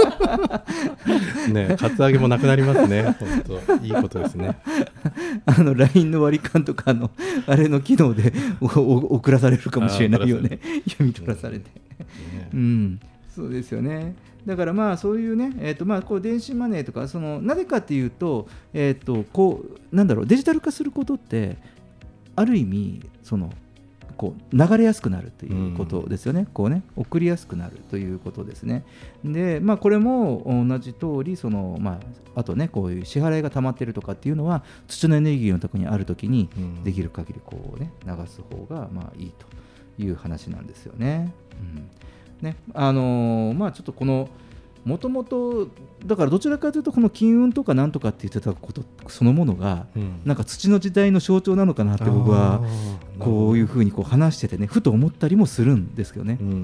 Speaker 10: ねカツアゲもなくなりますね本当いいことですね
Speaker 6: あの ライン の割り勘とかのあれの機能で送らされるかもしれないよね読み取らされて、うんねうん、そうですよねだからまあそういうね、えーとまあ、こう電子マネーとかそのなぜかっていうと、えーとこうなんだろうデジタル化することってある意味そのこう流れやすくなるということですよね、うんこうね送りやすくなるということですね。で、まあ、これも同じ通りその、まあ、あとねこういう支払いが溜まっているとかっていうのは土のエネルギーのところにあるときにできる限りこう、ね、流す方がまあいいという話なんですよね。うんねあのーまあ、ちょっとこのもともとだからどちらかというとこの金運とかなんとかって言ってたことそのものが、うん、なんか土の時代の象徴なのかなって僕はこういうふうにこう話しててねふと思ったりもするんですけどね、うんうん、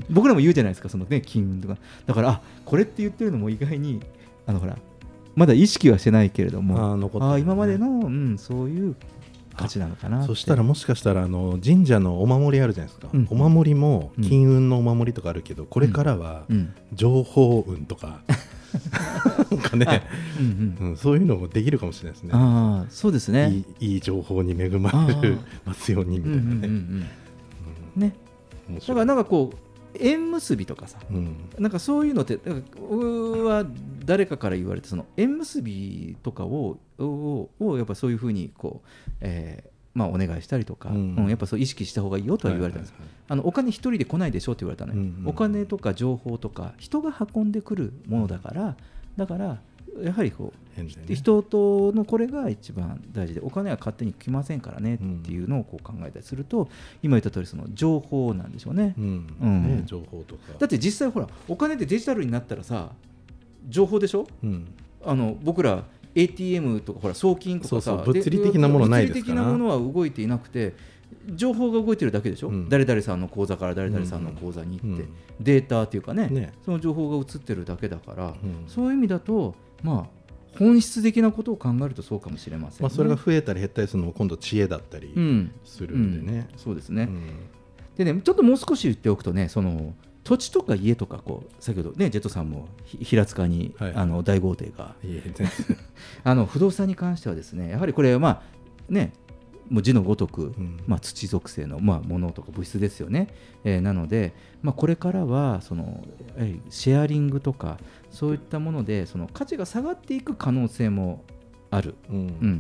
Speaker 6: 僕らも言うじゃないですかその、ね、金運とかだからあこれって言ってるのも意外にあのほらまだ意識はしてないけれども あ、ね、あ今までの、うん、そういう価値なのかなって。
Speaker 10: そしたらもしかしたらあの神社のお守りあるじゃないですか、うん、お守りも金運のお守りとかあるけど、うん、これからは情報運とか、うん、なんかね、うんうんうん、そういうのもできるかもしれないですね。
Speaker 6: あそうですね
Speaker 10: いい、いい情報に恵まれますようにみたいなね、うんうんうんうん、
Speaker 6: ねだからなんかこう縁結びとかさ、うん、なんかそういうのって僕は誰かから言われてその縁結びとかをををやっぱそういうふうにこう、えーまあ、お願いしたりとか、うんうん、やっぱそう意識した方がいいよとは言われたんです、はいはいはい、あのお金一人で来ないでしょって言われたのよ、うんうん、お金とか情報とか人が運んでくるものだからだからやはりこう、ね、人とのこれが一番大事でお金は勝手に来ませんからねっていうのをこう考えたりすると、うん、今言った通りその情報なんでしょうね、うんうんね、情報とかだって実際ほらお金ってデジタルになったらさ情報でしょ、うん、あの僕ら エーティーエム とかほら送金とかさ
Speaker 10: そうそう物理的なものないですから
Speaker 6: 物理的なものは動いていなくて情報が動いてるだけでしょ、うん、誰々さんの口座から誰々さんの口座に行って、うん、データっていうか ね, ねその情報が移ってるだけだから、うん、そういう意味だとまあ本質的なことを考えるとそうかもしれませんね、
Speaker 10: まあ、それが増えたり減ったりするのも今度知恵だったりするんでね、
Speaker 6: うんうん、そうですね、うん、でねちょっともう少し言っておくとねその土地とか家とかこう先ほどねジェットさんも平塚に、はい、あの大豪邸があの不動産に関してはですねやはりこれはまあねもう字のごとく、うんまあ、土属性の、まあ、ものとか物質ですよね、えー、なので、まあ、これからはそのやはりシェアリングとかそういったものでその価値が下がっていく可能性もある、うんうん、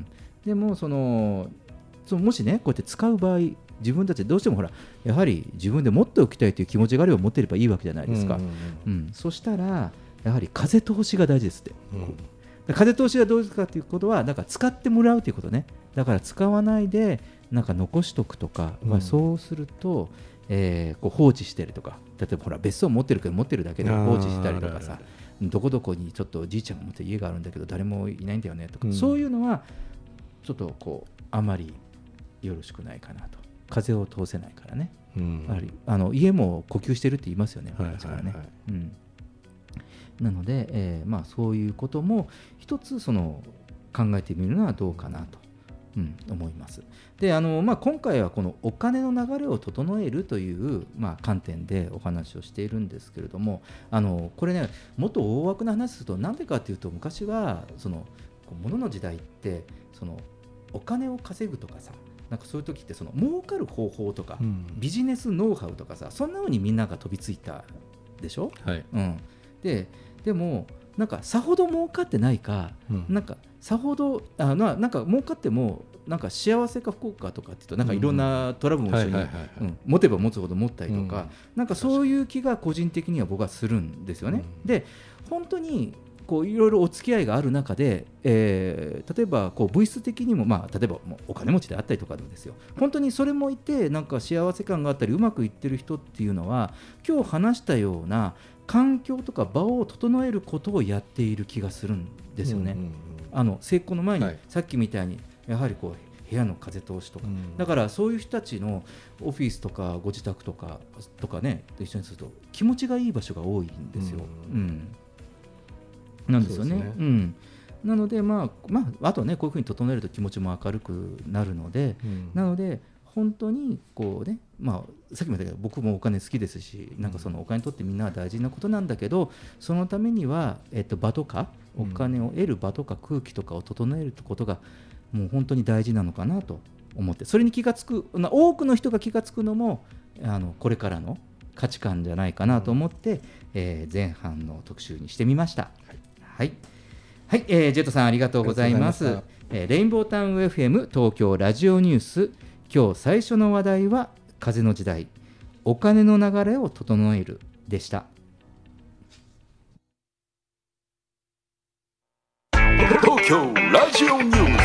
Speaker 6: でもそのそのもしねこうやって使う場合自分たちどうしてもほらやはり自分で持っておきたいという気持ちがあれば持っていればいいわけじゃないですか、うんうんうんうん、そしたらやはり風通しが大事ですって、うん、風通しがどうですかということはだから使ってもらうということねだから使わないでなんか残しとくとか、うん、そうすると、えー、こう放置してるとか例えばほら別荘持ってるけど持ってるだけで放置したりとかさどこどこにちょっとじいちゃんが持ってる家があるんだけど誰もいないんだよねとか、うん、そういうのはちょっとこうあまりよろしくないかなと風を通せないからね、うん、やはりあの家も呼吸してるって言いますよね、はいはいはいねうん、なので、えーまあ、そういうことも一つその考えてみるのはどうかなと、うん、思います。であの、まあ、今回はこのお金の流れを整えるという、まあ、観点でお話をしているんですけれどもあのこれねもっと大枠な話するとなんでかというと昔はその物の時代ってそのお金を稼ぐとかさなんかそういう時ってその儲かる方法とか、うん、ビジネスノウハウとかさそんなのにみんなが飛びついたでしょ、はいうん、で, でもなんかさほど儲かってないか、うん、なんかさほどあななんか儲かってもなんか幸せか不幸かとかっていうとなんかいろんなトラブルも一緒に持てば持つほど持ったりとか、うん、なんかそういう気が個人的には僕はするんですよね、うん、で本当にこういろいろお付き合いがある中で、えー、例えばこう物質的にも、まあ、例えばもうお金持ちであったりとかでもですよ本当にそれもいてなんか幸せ感があったりうまくいってる人っていうのは今日話したような環境とか場を整えることをやっている気がするんですよね、うんうんうん、あの成功の前に、はい、さっきみたいにやはりこう部屋の風通しとか、うん、だからそういう人たちのオフィスとかご自宅とかとかね一緒にすると気持ちがいい場所が多いんですよ、うんうんなんですよ ね, ね、うん、なので、まあまあ、あとはねこういうふうに整えると気持ちも明るくなるので、うん、なので本当にこうね、まあ、さっきも言ったけど僕もお金好きですしなんかそのお金にとってみんなは大事なことなんだけどそのためには、えっと、場とかお金を得る場とか空気とかを整えることがもう本当に大事なのかなと思ってそれに気がつく多くの人が気がつくのもあのこれからの価値観じゃないかなと思って、うんえー、前半の特集にしてみました。はい、はいえー、ジェットさんありがとうございます。えー、レインボータウン エフエム 東京ラジオニュース今日最初の話題は風の時代お金の流れを整えるでした。
Speaker 11: 東京ラジオニュース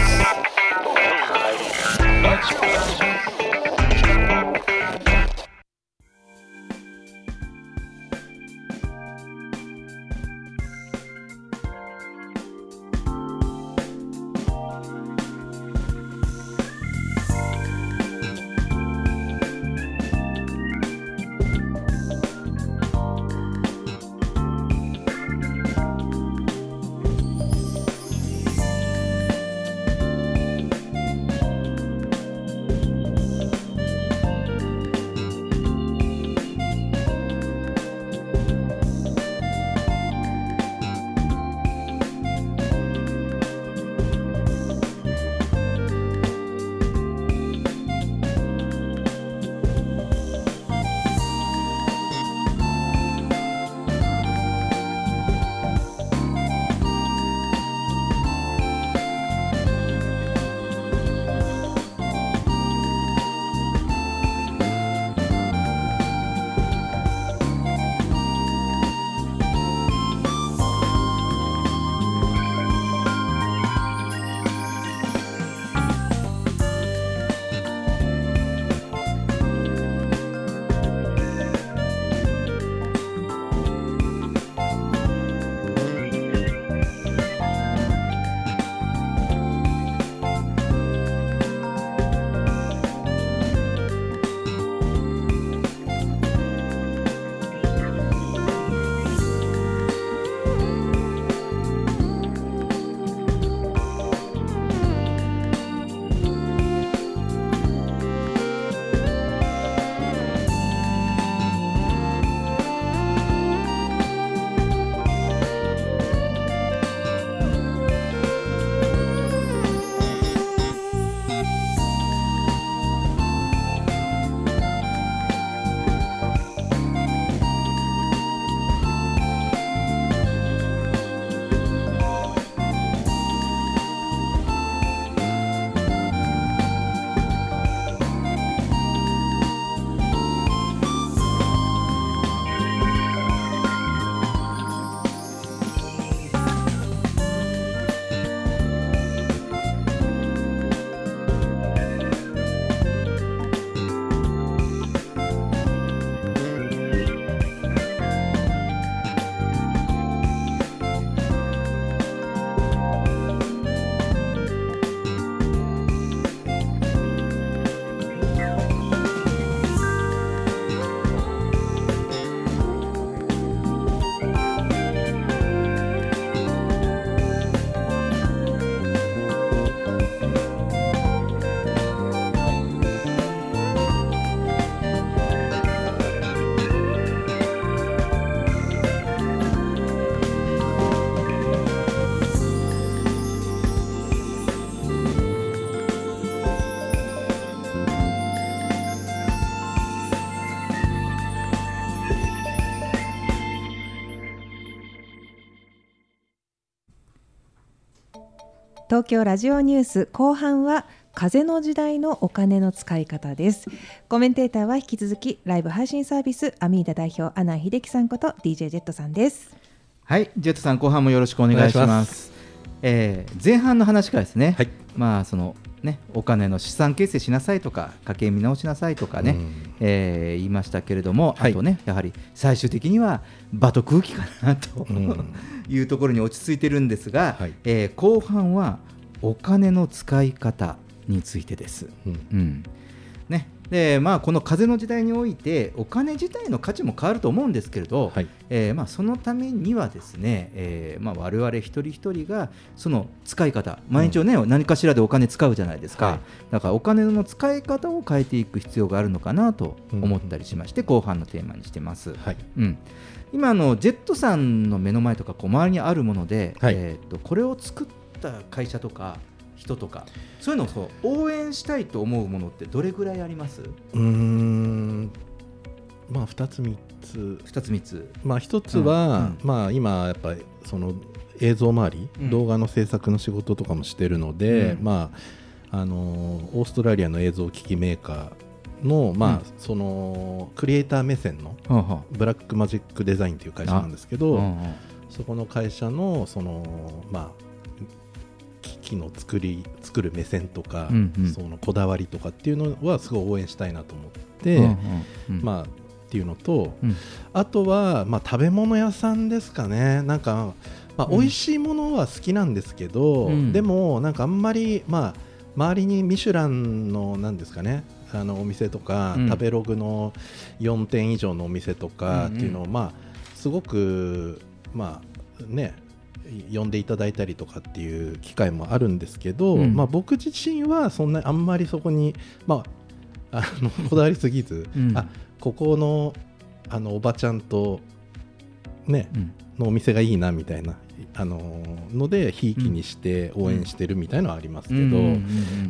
Speaker 7: 東京ラジオニュース後半は風の時代のお金の使い方です。コメンテーターは引き続きライブ配信サービスアミーダ代表阿南秀樹さんこと ディージェー ジェットさんです。
Speaker 6: はい、ジェットさん後半もよろしくお願いします。お願いします。えー、前半の話からですね、はい、まあそのね、お金の資産形成しなさいとか家計見直しなさいとかね、うん、えー、言いましたけれども、はい、あとねやはり最終的には場と空気かなと、うん、いうところに落ち着いてるんですが、はい、えー、後半はお金の使い方についてです、うんうんね、でまあ、この風の時代においてお金自体の価値も変わると思うんですけれど、はい、えーまあ、そのためにはですね、えーまあ、我々一人一人がその使い方毎日を、ね、うん、何かしらでお金使うじゃないですか、はい、だからお金の使い方を変えていく必要があるのかなと思ったりしまして、うん、後半のテーマにしてます、はい、うん、今のジェットさんの目の前とかこう周りにあるもので、はい、えー、とこれを作った会社とか人とかそういうのをそう応援したいと思うものってどれぐらいあります？
Speaker 10: うーん、まあふたつみっつ
Speaker 6: ふたつみっつ、
Speaker 10: まあ、ひとつは、うんうん、まあ、今やっぱりその映像周り、うん、動画の制作の仕事とかもしてるので、うん、まあ、あのオーストラリアの映像機器メーカーの、まあ、うん、そのクリエイター目線のブラックマジックデザインという会社なんですけど、そこの会社のそのまあ機器の作り作る目線とか、うんうん、そのこだわりとかっていうのはすごい応援したいなと思って、うんうんうん、まあっていうのと、うん、あとはまあ食べ物屋さんですかね。なんかまあ美味しいものは好きなんですけど、うん、でもなんかあんまりまあ周りにミシュランのなんですかね、あのお店とか、うん、食べログのよんてん以上のお店とかっていうのを、うんうん、まあすごくまあね呼んでいただいたりとかっていう機会もあるんですけど、うん、まあ、僕自身はそんなあんまりそこに、まあ、あのこだわりすぎず、うん、あここの、あのおばちゃんと、ね、うん、のお店がいいなみたいなあののでひいきにして応援してるみたいなのはありますけど、うんうんうんうん、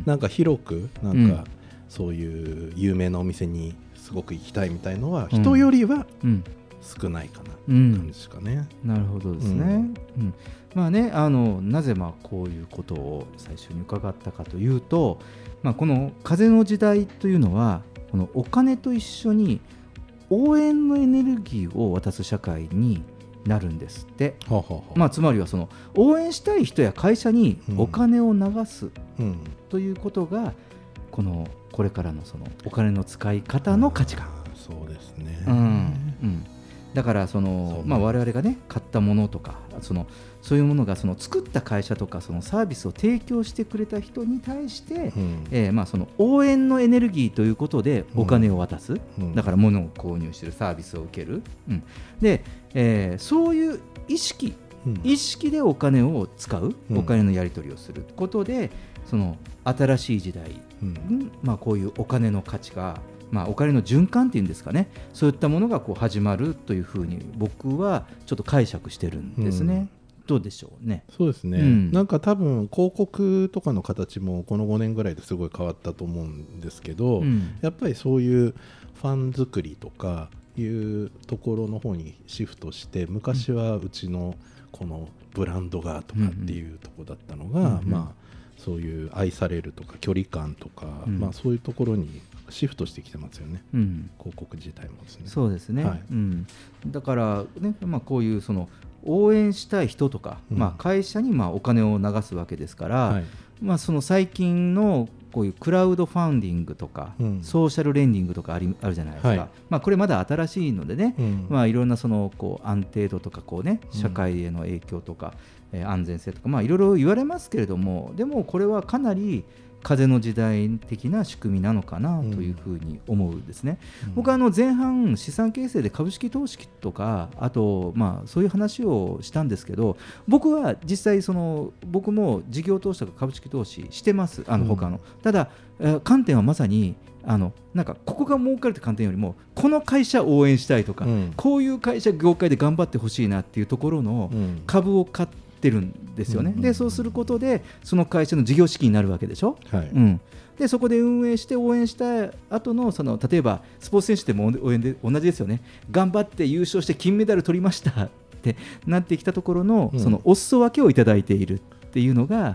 Speaker 10: なんか広くなんかそういう有名なお店にすごく行きたいみたいのは人よりは少ないかなっていう感じですかね、
Speaker 6: うん、なるほどですね、うんうん、まあね、あのなぜまあこういうことを最初に伺ったかというと、まあ、この風の時代というのはこのお金と一緒に応援のエネルギーを渡す社会になるんですって、ははは、まあ、つまりはその応援したい人や会社にお金を流すということが、うんうん、このこれからのそのお金の使い方の価値観、
Speaker 10: そうですね、
Speaker 6: うんうん、だからその、まあ、我々がね買ったものとかそのそういうものがその作った会社とかそのサービスを提供してくれた人に対して、うん、えー、まあその応援のエネルギーということでお金を渡す、うんうん、だから物を購入してるサービスを受ける、うん、で、えー、そういう意識、うん、意識でお金を使う、お金のやり取りをすることでその新しい時代、うん、まあ、こういうお金の価値が、まあ、お金の循環っていうんですかね、そういったものがこう始まるというふうに僕はちょっと解釈してるんですね、うん、どうでしょうね。
Speaker 10: そうですね、うん、なんか多分広告とかの形もこのごねんぐらいですごい変わったと思うんですけど、うん、やっぱりそういうファン作りとかいうところの方にシフトして、昔はうちのこのブランドがとかっていうところだったのが、うんうん、まあそういう愛されるとか距離感とか、うん、まあ、そういうところにシフトしてきてますよね、うん、広告自体もですね。
Speaker 6: そうですね、はい、うん、だからね、まあ、こういうその応援したい人とか、うん、まあ、会社にまあお金を流すわけですから、はい、まあ、その最近のこういうクラウドファンディングとか、うん、ソーシャルレンディングとかあり、あるじゃないですか、はい、まあ、これまだ新しいのでね、うん、まあ、いろんなそのこう安定度とかこう、ね、社会への影響とか、うん、えー、安全性とか、まあ、いろいろ言われますけれども、でもこれはかなり風の時代的な仕組みなのかなというふうに思うんですね、うん、僕はあの前半資産形成で株式投資とかあとまあそういう話をしたんですけど、僕は実際その僕も事業投資とか株式投資してます、あの他の、うん、ただ観点はまさにあのなんかここが儲かるという観点よりもこの会社を応援したいとか、うん、こういう会社業界で頑張ってほしいなっていうところの株を買っててるんですよね、うんうんうん、でそうすることでその会社の事業資金になるわけでしょ、はい、うん、でそこで運営して応援した後のその例えばスポーツ選手でも応援で同じですよね、頑張って優勝して金メダル取りましたってなってきたところの、うん、そのお裾分けをいただいているっていうのが、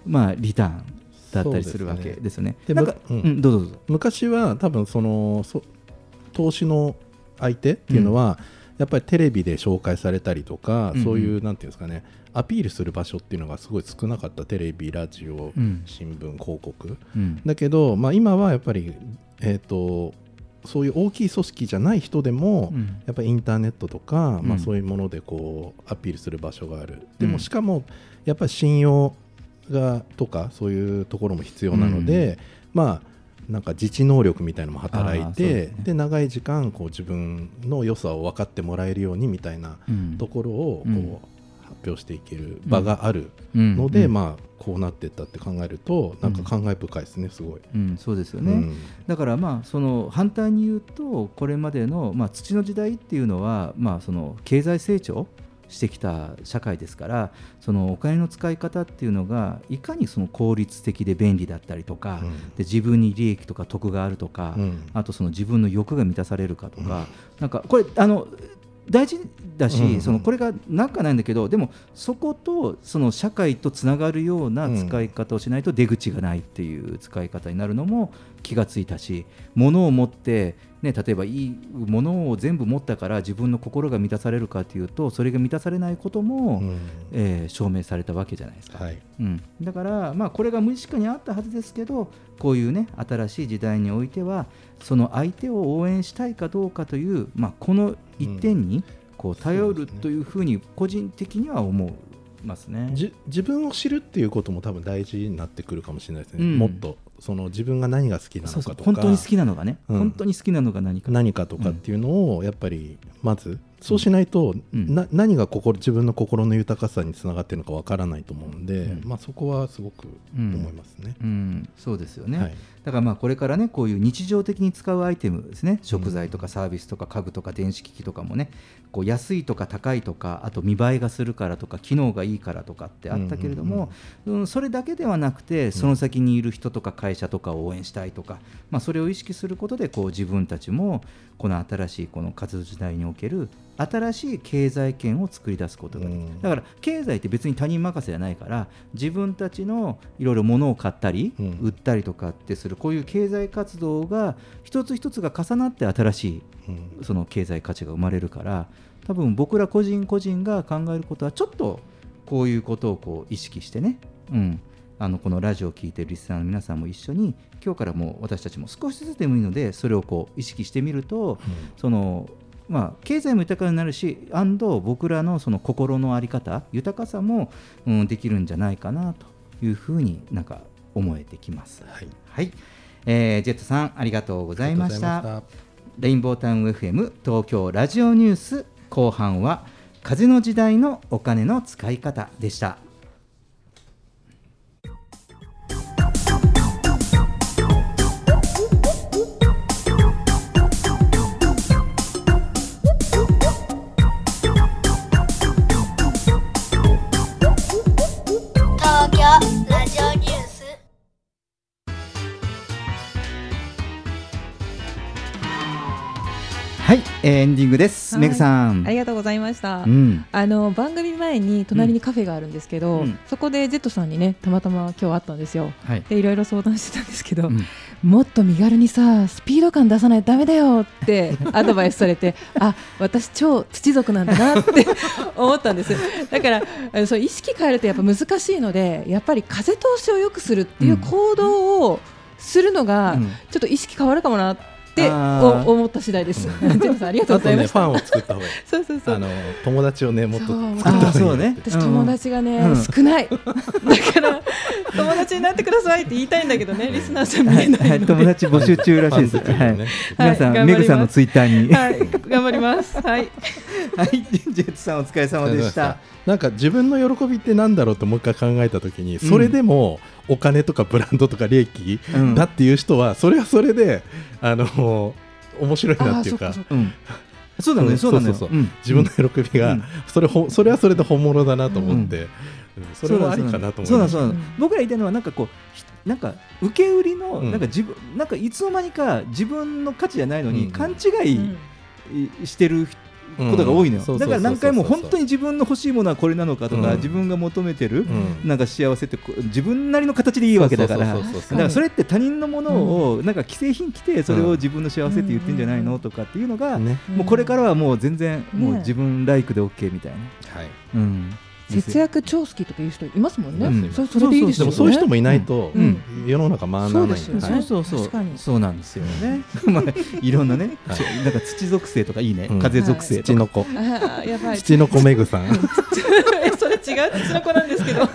Speaker 6: まあ、リターンだったりするわけですよね。
Speaker 10: で
Speaker 6: なんか、うんうん、どうぞどうぞ。
Speaker 10: 昔は多分そのそ投資の相手っていうのは、うん、やっぱりテレビで紹介されたりとか、うん、そういうなんていうんですかね、アピールする場所っていうのがすごい少なかった。テレビ、ラジオ、うん、新聞、広告、うん、だけど、まあ、今はやっぱり、えーと、そういう大きい組織じゃない人でも、うん、やっぱりインターネットとか、うん、まあ、そういうものでこうアピールする場所がある。でもしかもやっぱり信用がとかそういうところも必要なので、うん、まあなんか自治能力みたいなのも働いて、で、ね、で長い時間こう自分の良さを分かってもらえるようにみたいなところをこう、うん、発表していける場があるので、うんうん、まあこうなっていったって考えるとなんか感慨深いですね、すごい、
Speaker 6: うん、そうですよね、うん、だからまあその反対に言うとこれまでの、まあ、土の時代っていうのは、まあ、その経済成長してきた社会ですから、そのお金の使い方っていうのがいかにその効率的で便利だったりとか、うん、で自分に利益とか得があるとか、うん、あとその自分の欲が満たされるかとか、うん、なんかこれあの大事だし、うんうん、そのこれがなんかないんだけど、でもそことその社会とつながるような使い方をしないと出口がないっていう使い方になるのも気がついたし、物を持って、ね、例えばいいものを全部持ったから自分の心が満たされるかというと、それが満たされないことも、うんえー、証明されたわけじゃないですか、はいうん、だから、まあ、これが無意識にあったはずですけど、こういう、ね、新しい時代においてはその相手を応援したいかどうかという、まあ、この一点にこう頼るというふうに個人的には思いますね。
Speaker 10: じ自分を知るっていうことも多分大事になってくるかもしれないですね、うん、もっとその自分が何が好きなのかとか、そうそう
Speaker 6: 本当に好きなのがね、うん、本当に好きなのが何か
Speaker 10: 何かとかっていうのをやっぱりまずそうしないと、うん、な何が心自分の心の豊かさにつながっているのかわからないと思うんで、うんまあ、そこはすごく思いますね、
Speaker 6: うんうん、そうですよね、はい、だからまあこれからねこういう日常的に使うアイテムですね、食材とかサービスとか家具とか電子機器とかもね、こう安いとか高いとか、あと見栄えがするからとか機能がいいからとかってあったけれども、うんうんうん、それだけではなくてその先にいる人とか会社とかを応援したいとか、まあ、それを意識することでこう自分たちもこの新しいこの活動時代における新しい経済圏を作り出すことができる、うん、だから経済って別に他人任せじゃないから、自分たちのいろいろ物を買ったり、うん、売ったりとかってするこういう経済活動が一つ一つが重なって新しい、うん、その経済価値が生まれるから、多分僕ら個人個人が考えることはちょっとこういうことをこう意識してね、うん、あのこのラジオを聞いているリスナーの皆さんも一緒に今日からもう私たちも少しずつでもいいのでそれをこう意識してみると、うん、そのまあ、経済も豊かになるし、アンド僕らのその心の在り方、豊かさも、うん、できるんじゃないかなというふうになんか思えてきます。はい、はいえー、ジェットさんありがとうございました。したレインボータウン エフエム 東京ラジオニュース後半は風の時代のお金の使い方でした。はい、えー、エンディングです。めぐさん
Speaker 7: ありがとうございました、うん、あの番組前に隣にカフェがあるんですけど、うん、そこでジェットさんにねたまたま今日会ったんですよ、はい、でいろいろ相談してたんですけど、うん、もっと身軽にさスピード感出さないとダメだよってアドバイスされてあ私超土族なんだなって思ったんです。だからそう意識変えるとやっぱ難しいので、やっぱり風通しを良くするっていう行動をするのがちょっと意識変わるかもなってって思った次第です。ジェットさんありがとうございました。
Speaker 10: あとねファンを作った方がいい。
Speaker 7: そうそうそう。
Speaker 10: あの友達をねもっと作った方がいい。
Speaker 6: そうね。
Speaker 7: 私友達がね、うん、少ない。だから友達になってくださいって言いたいんだけどね、リスナーさん見えないので、はいはい、
Speaker 6: 友達募集中らしいです。はい、皆さん、はい、メグさんのツイッターに、
Speaker 7: はい、頑張ります。はい。
Speaker 6: はい、ジェットさんお疲れ様でした。
Speaker 10: なんか自分の喜びってなんだろうともう一回考えたときに、それでもお金とかブランドとか利益だっていう人はそれはそれであの面白いなっていうか、
Speaker 6: そうだね、そうだね、
Speaker 10: 自分の喜びがそれほそれはそれで本物だなと思って、それはありかなと思います。
Speaker 6: そうだそうだ。僕ら言いたいのはなんかこうなんか受け売りのなんか自分なんかいつの間にか自分の価値じゃないのに勘違いしてることが多いのよ、
Speaker 10: うん、
Speaker 6: だから何回も本当に自分の欲しいものはこれなのかとか、
Speaker 10: うん、
Speaker 6: 自分が求めてる、
Speaker 10: うん、
Speaker 6: なんか幸せって自分なりの形でいいわけだから、だからそれって他人のものをなんか既製品着てそれを自分の幸せって言ってんじゃないのとかっていうのが、ね、もうこれからはもう全然もう自分ライクで OK みたいな、はい、うん、
Speaker 7: 節約超好きとかいう人いますもんね、うん、そ,
Speaker 10: それでいいですよね。でもそういう人もいないと、うん、世の中回らないんで、そうですよね、
Speaker 6: はい、そうそうそうそうなんですよねまあいろんなね、はい、なんか土属性とかいいね、うん、風属性とか、
Speaker 10: 土の子、
Speaker 7: あやばい、
Speaker 10: 土の子めぐさん
Speaker 7: それ違う土の子なんですけど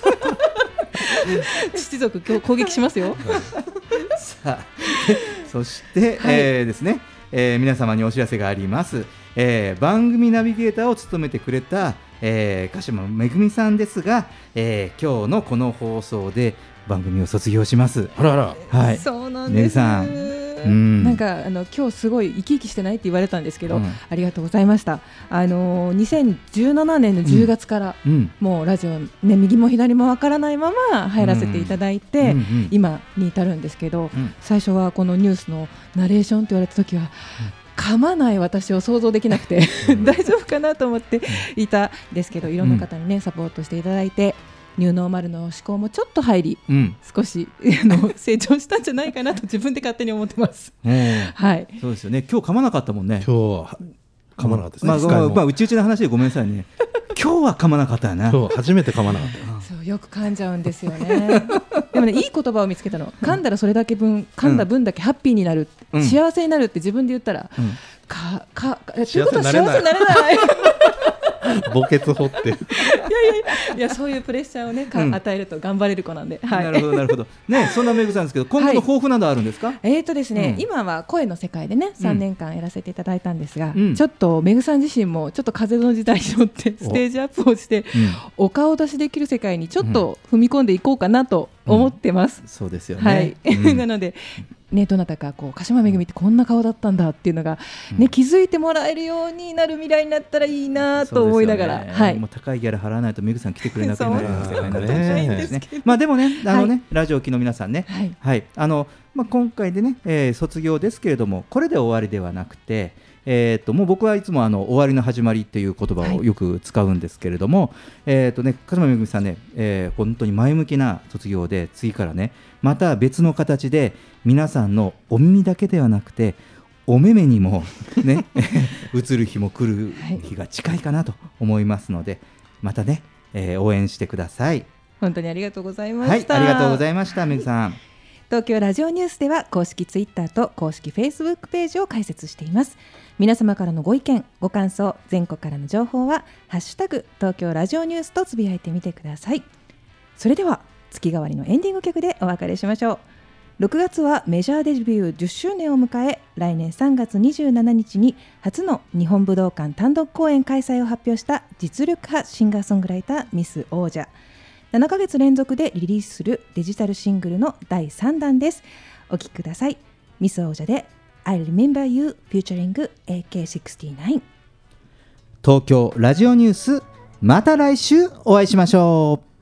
Speaker 7: 土族今日攻撃しますよ
Speaker 6: さあそして、はい、えー、ですね、えー、皆様にお知らせがあります、えー、番組ナビゲーターを務めてくれた、えー、鹿島めぐみさんですが、えー、今日のこの放送で番組を卒業します。
Speaker 10: あらあら、
Speaker 6: はい、
Speaker 7: そうなんです。めぐさん、うん、なんかあの今日すごい生き生きしてないって言われたんですけど、うん、ありがとうございました。あのにせんじゅうななねんのじゅうがつから、うん、もうラジオ、ね、右も左もわからないまま入らせていただいて、うんうんうん、今に至るんですけど、うん、最初はこのニュースのナレーションって言われた時は、うん、噛まない私を想像できなくて大丈夫かなと思っていたんですけど、いろんな方にねサポートしていただいて、ニューノーマルの思考もちょっと入り、うん、少しあの成長したんじゃないかなと自分で勝手に思ってます、はい、
Speaker 6: そうですよね。今日噛まなかったもんね。
Speaker 10: 今日噛まなかったですね、
Speaker 6: うん、まあまあ、うちうちの話でごめんなさいね今日は噛まなかったよね。
Speaker 10: 今日初めて噛まなかった
Speaker 7: そうよく噛んじゃうんですよねでもね、いい言葉を見つけたの。噛んだらそれだけ分、噛んだ分だけハッピーになる、うん、幸せになるって自分で言ったら、うん、かかということは幸せになれない
Speaker 10: 墓穴掘っていやいや
Speaker 7: いや、そういうプレッシャーを、ね、か、うん、与えると頑張れる子なんで、はい、
Speaker 6: なるほどなるほど、ね、そんなめぐさんですけど、今後の抱負などあるんですか？はい、
Speaker 7: えーとですね、うん、今は声の世界でねさんねんかんやらせていただいたんですが、うん、ちょっとめぐさん自身もちょっと風の時代に乗ってステージアップをして、うん、お顔出しできる世界にちょっと踏み込んでいこうかなと思ってます、
Speaker 6: うん、そうですよね、
Speaker 7: はいうん、なのでね、どなたかこう鹿島めぐみってこんな顔だったんだっていうのが、ね、うん、気づいてもらえるようになる未来になったらいいなと思いながら、ね、はい、
Speaker 6: もう高いギャラ払わないとめぐさん来てくれなくなるんですね。まあでもね、あのね、はい、ラジオ機の皆さんね、はいはい、あのまあ、今回でね、えー、卒業ですけれども、これで終わりではなくて、えー、ともう僕はいつもあの終わりの始まりっていう言葉をよく使うんですけれども、はい、えーとね、鹿島めぐみさんね、えー、本当に前向きな卒業で、次からねまた別の形で皆さんのお耳だけではなくてお目目にもね映る日も来る日が近いかなと思いますので、またね、えー、応援してください。
Speaker 7: 本当にありがとうございました。
Speaker 6: はい、ありがとうございましためぐさん。
Speaker 7: 東京ラジオニュースでは公式ツイッターと公式フェイスブックページを開設しています。皆様からのご意見ご感想、全国からの情報はハッシュタグ東京ラジオニュースとつぶやいてみてください。それでは月替わりのエンディング曲でお別れしましょう。ろくがつはメジャーデビューじゅっしゅうねんを迎え、来年さんがつにじゅうしちにちに初の日本武道館単独公演開催を発表した実力派シンガーソングライターミス王者。ななかげつ連続でリリースするデジタルシングルのだいさんだんです。お聴きください。ミス王者で I Remember You Featuring エーケーろくじゅうきゅう。
Speaker 6: 東京ラジオニュース、また来週お会いしましょう。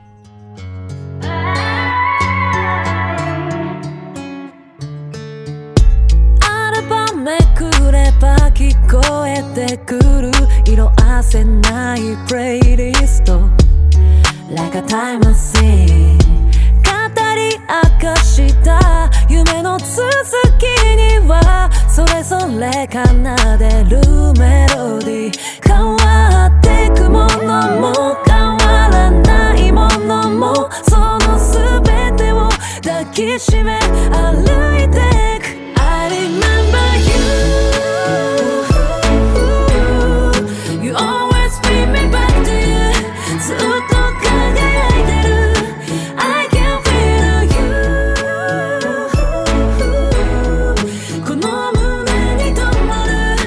Speaker 4: 聞こえてくる色あせないプレイリスト Like a time machine 語り明かした夢の続きにはそれぞれ奏でるメロディー、変わってくものも変わらないものもその全てを抱きしめ歩いてく I remember you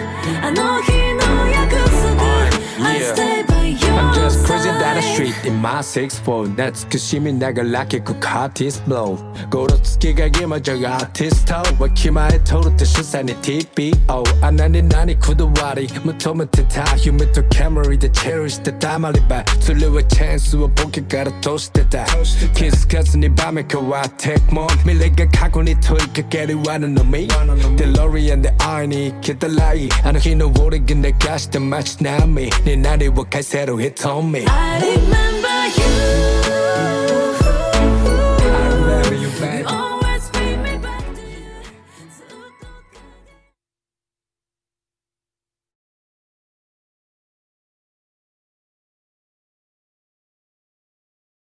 Speaker 11: in my
Speaker 12: マーシックスフォー懐かしみながら結構カーティスブローゴロつきが今じゃアーティストわきまえとるって主催に ティーピーオー あなに何こだわり求めてた夢とキャメラでチェリーしてたまり場それはチャンスをポケから通してた気づかずに場面変わってくもん未来が過去に問いかけるワナのミデロリアンで会いに行けたらいいあの日の俺が流した街並みに何を返せる瞳 I remember you